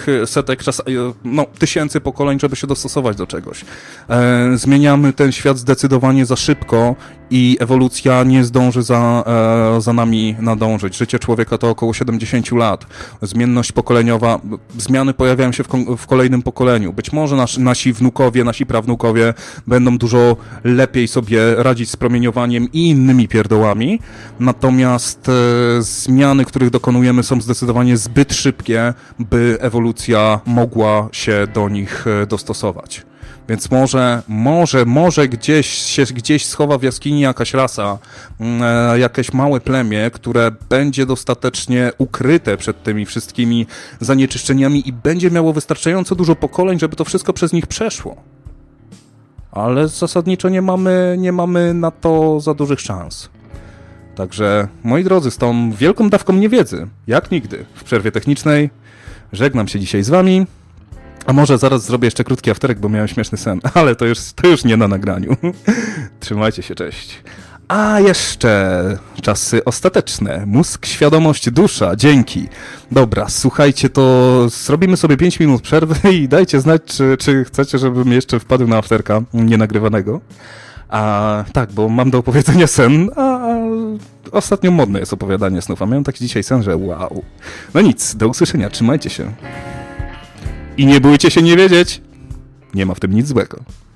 tysięcy pokoleń, żeby się dostosować do czegoś. Zmieniamy ten świat zdecydowanie za szybko i ewolucja nie zdąży za nami nadążyć. Życie człowieka to około 70 lat. Zmienność pokoleniowa, zmiany pojawiają się w kolejnym pokoleniu. Być może nasi wnukowie, nasi prawnukowie będą dużo lepiej sobie radzić z promieniowaniem i innymi pierdołami, natomiast zmiany, których dokonujemy, są zdecydowanie zbyt szybkie, by ewolucja mogła się do nich dostosować. Więc może gdzieś schowa w jaskini jakaś rasa, jakieś małe plemię, które będzie dostatecznie ukryte przed tymi wszystkimi zanieczyszczeniami i będzie miało wystarczająco dużo pokoleń, żeby to wszystko przez nich przeszło. Ale zasadniczo nie mamy na to za dużych szans. Także, moi drodzy, z tą wielką dawką niewiedzy, jak nigdy, w przerwie technicznej, żegnam się dzisiaj z wami. A może zaraz zrobię jeszcze krótki afterek, bo miałem śmieszny sen, ale to już nie na nagraniu. Trzymajcie się, cześć. A jeszcze czasy ostateczne. Mózg, świadomość, dusza, dzięki. Dobra, słuchajcie, to zrobimy sobie 5 minut przerwy i dajcie znać, czy chcecie, żebym jeszcze wpadł na afterka nienagrywanego. Tak, bo mam do opowiedzenia sen, a ostatnio modne jest opowiadanie snów, a miałem taki dzisiaj sen, że wow. No nic, do usłyszenia, trzymajcie się. I nie bójcie się nie wiedzieć. Nie ma w tym nic złego.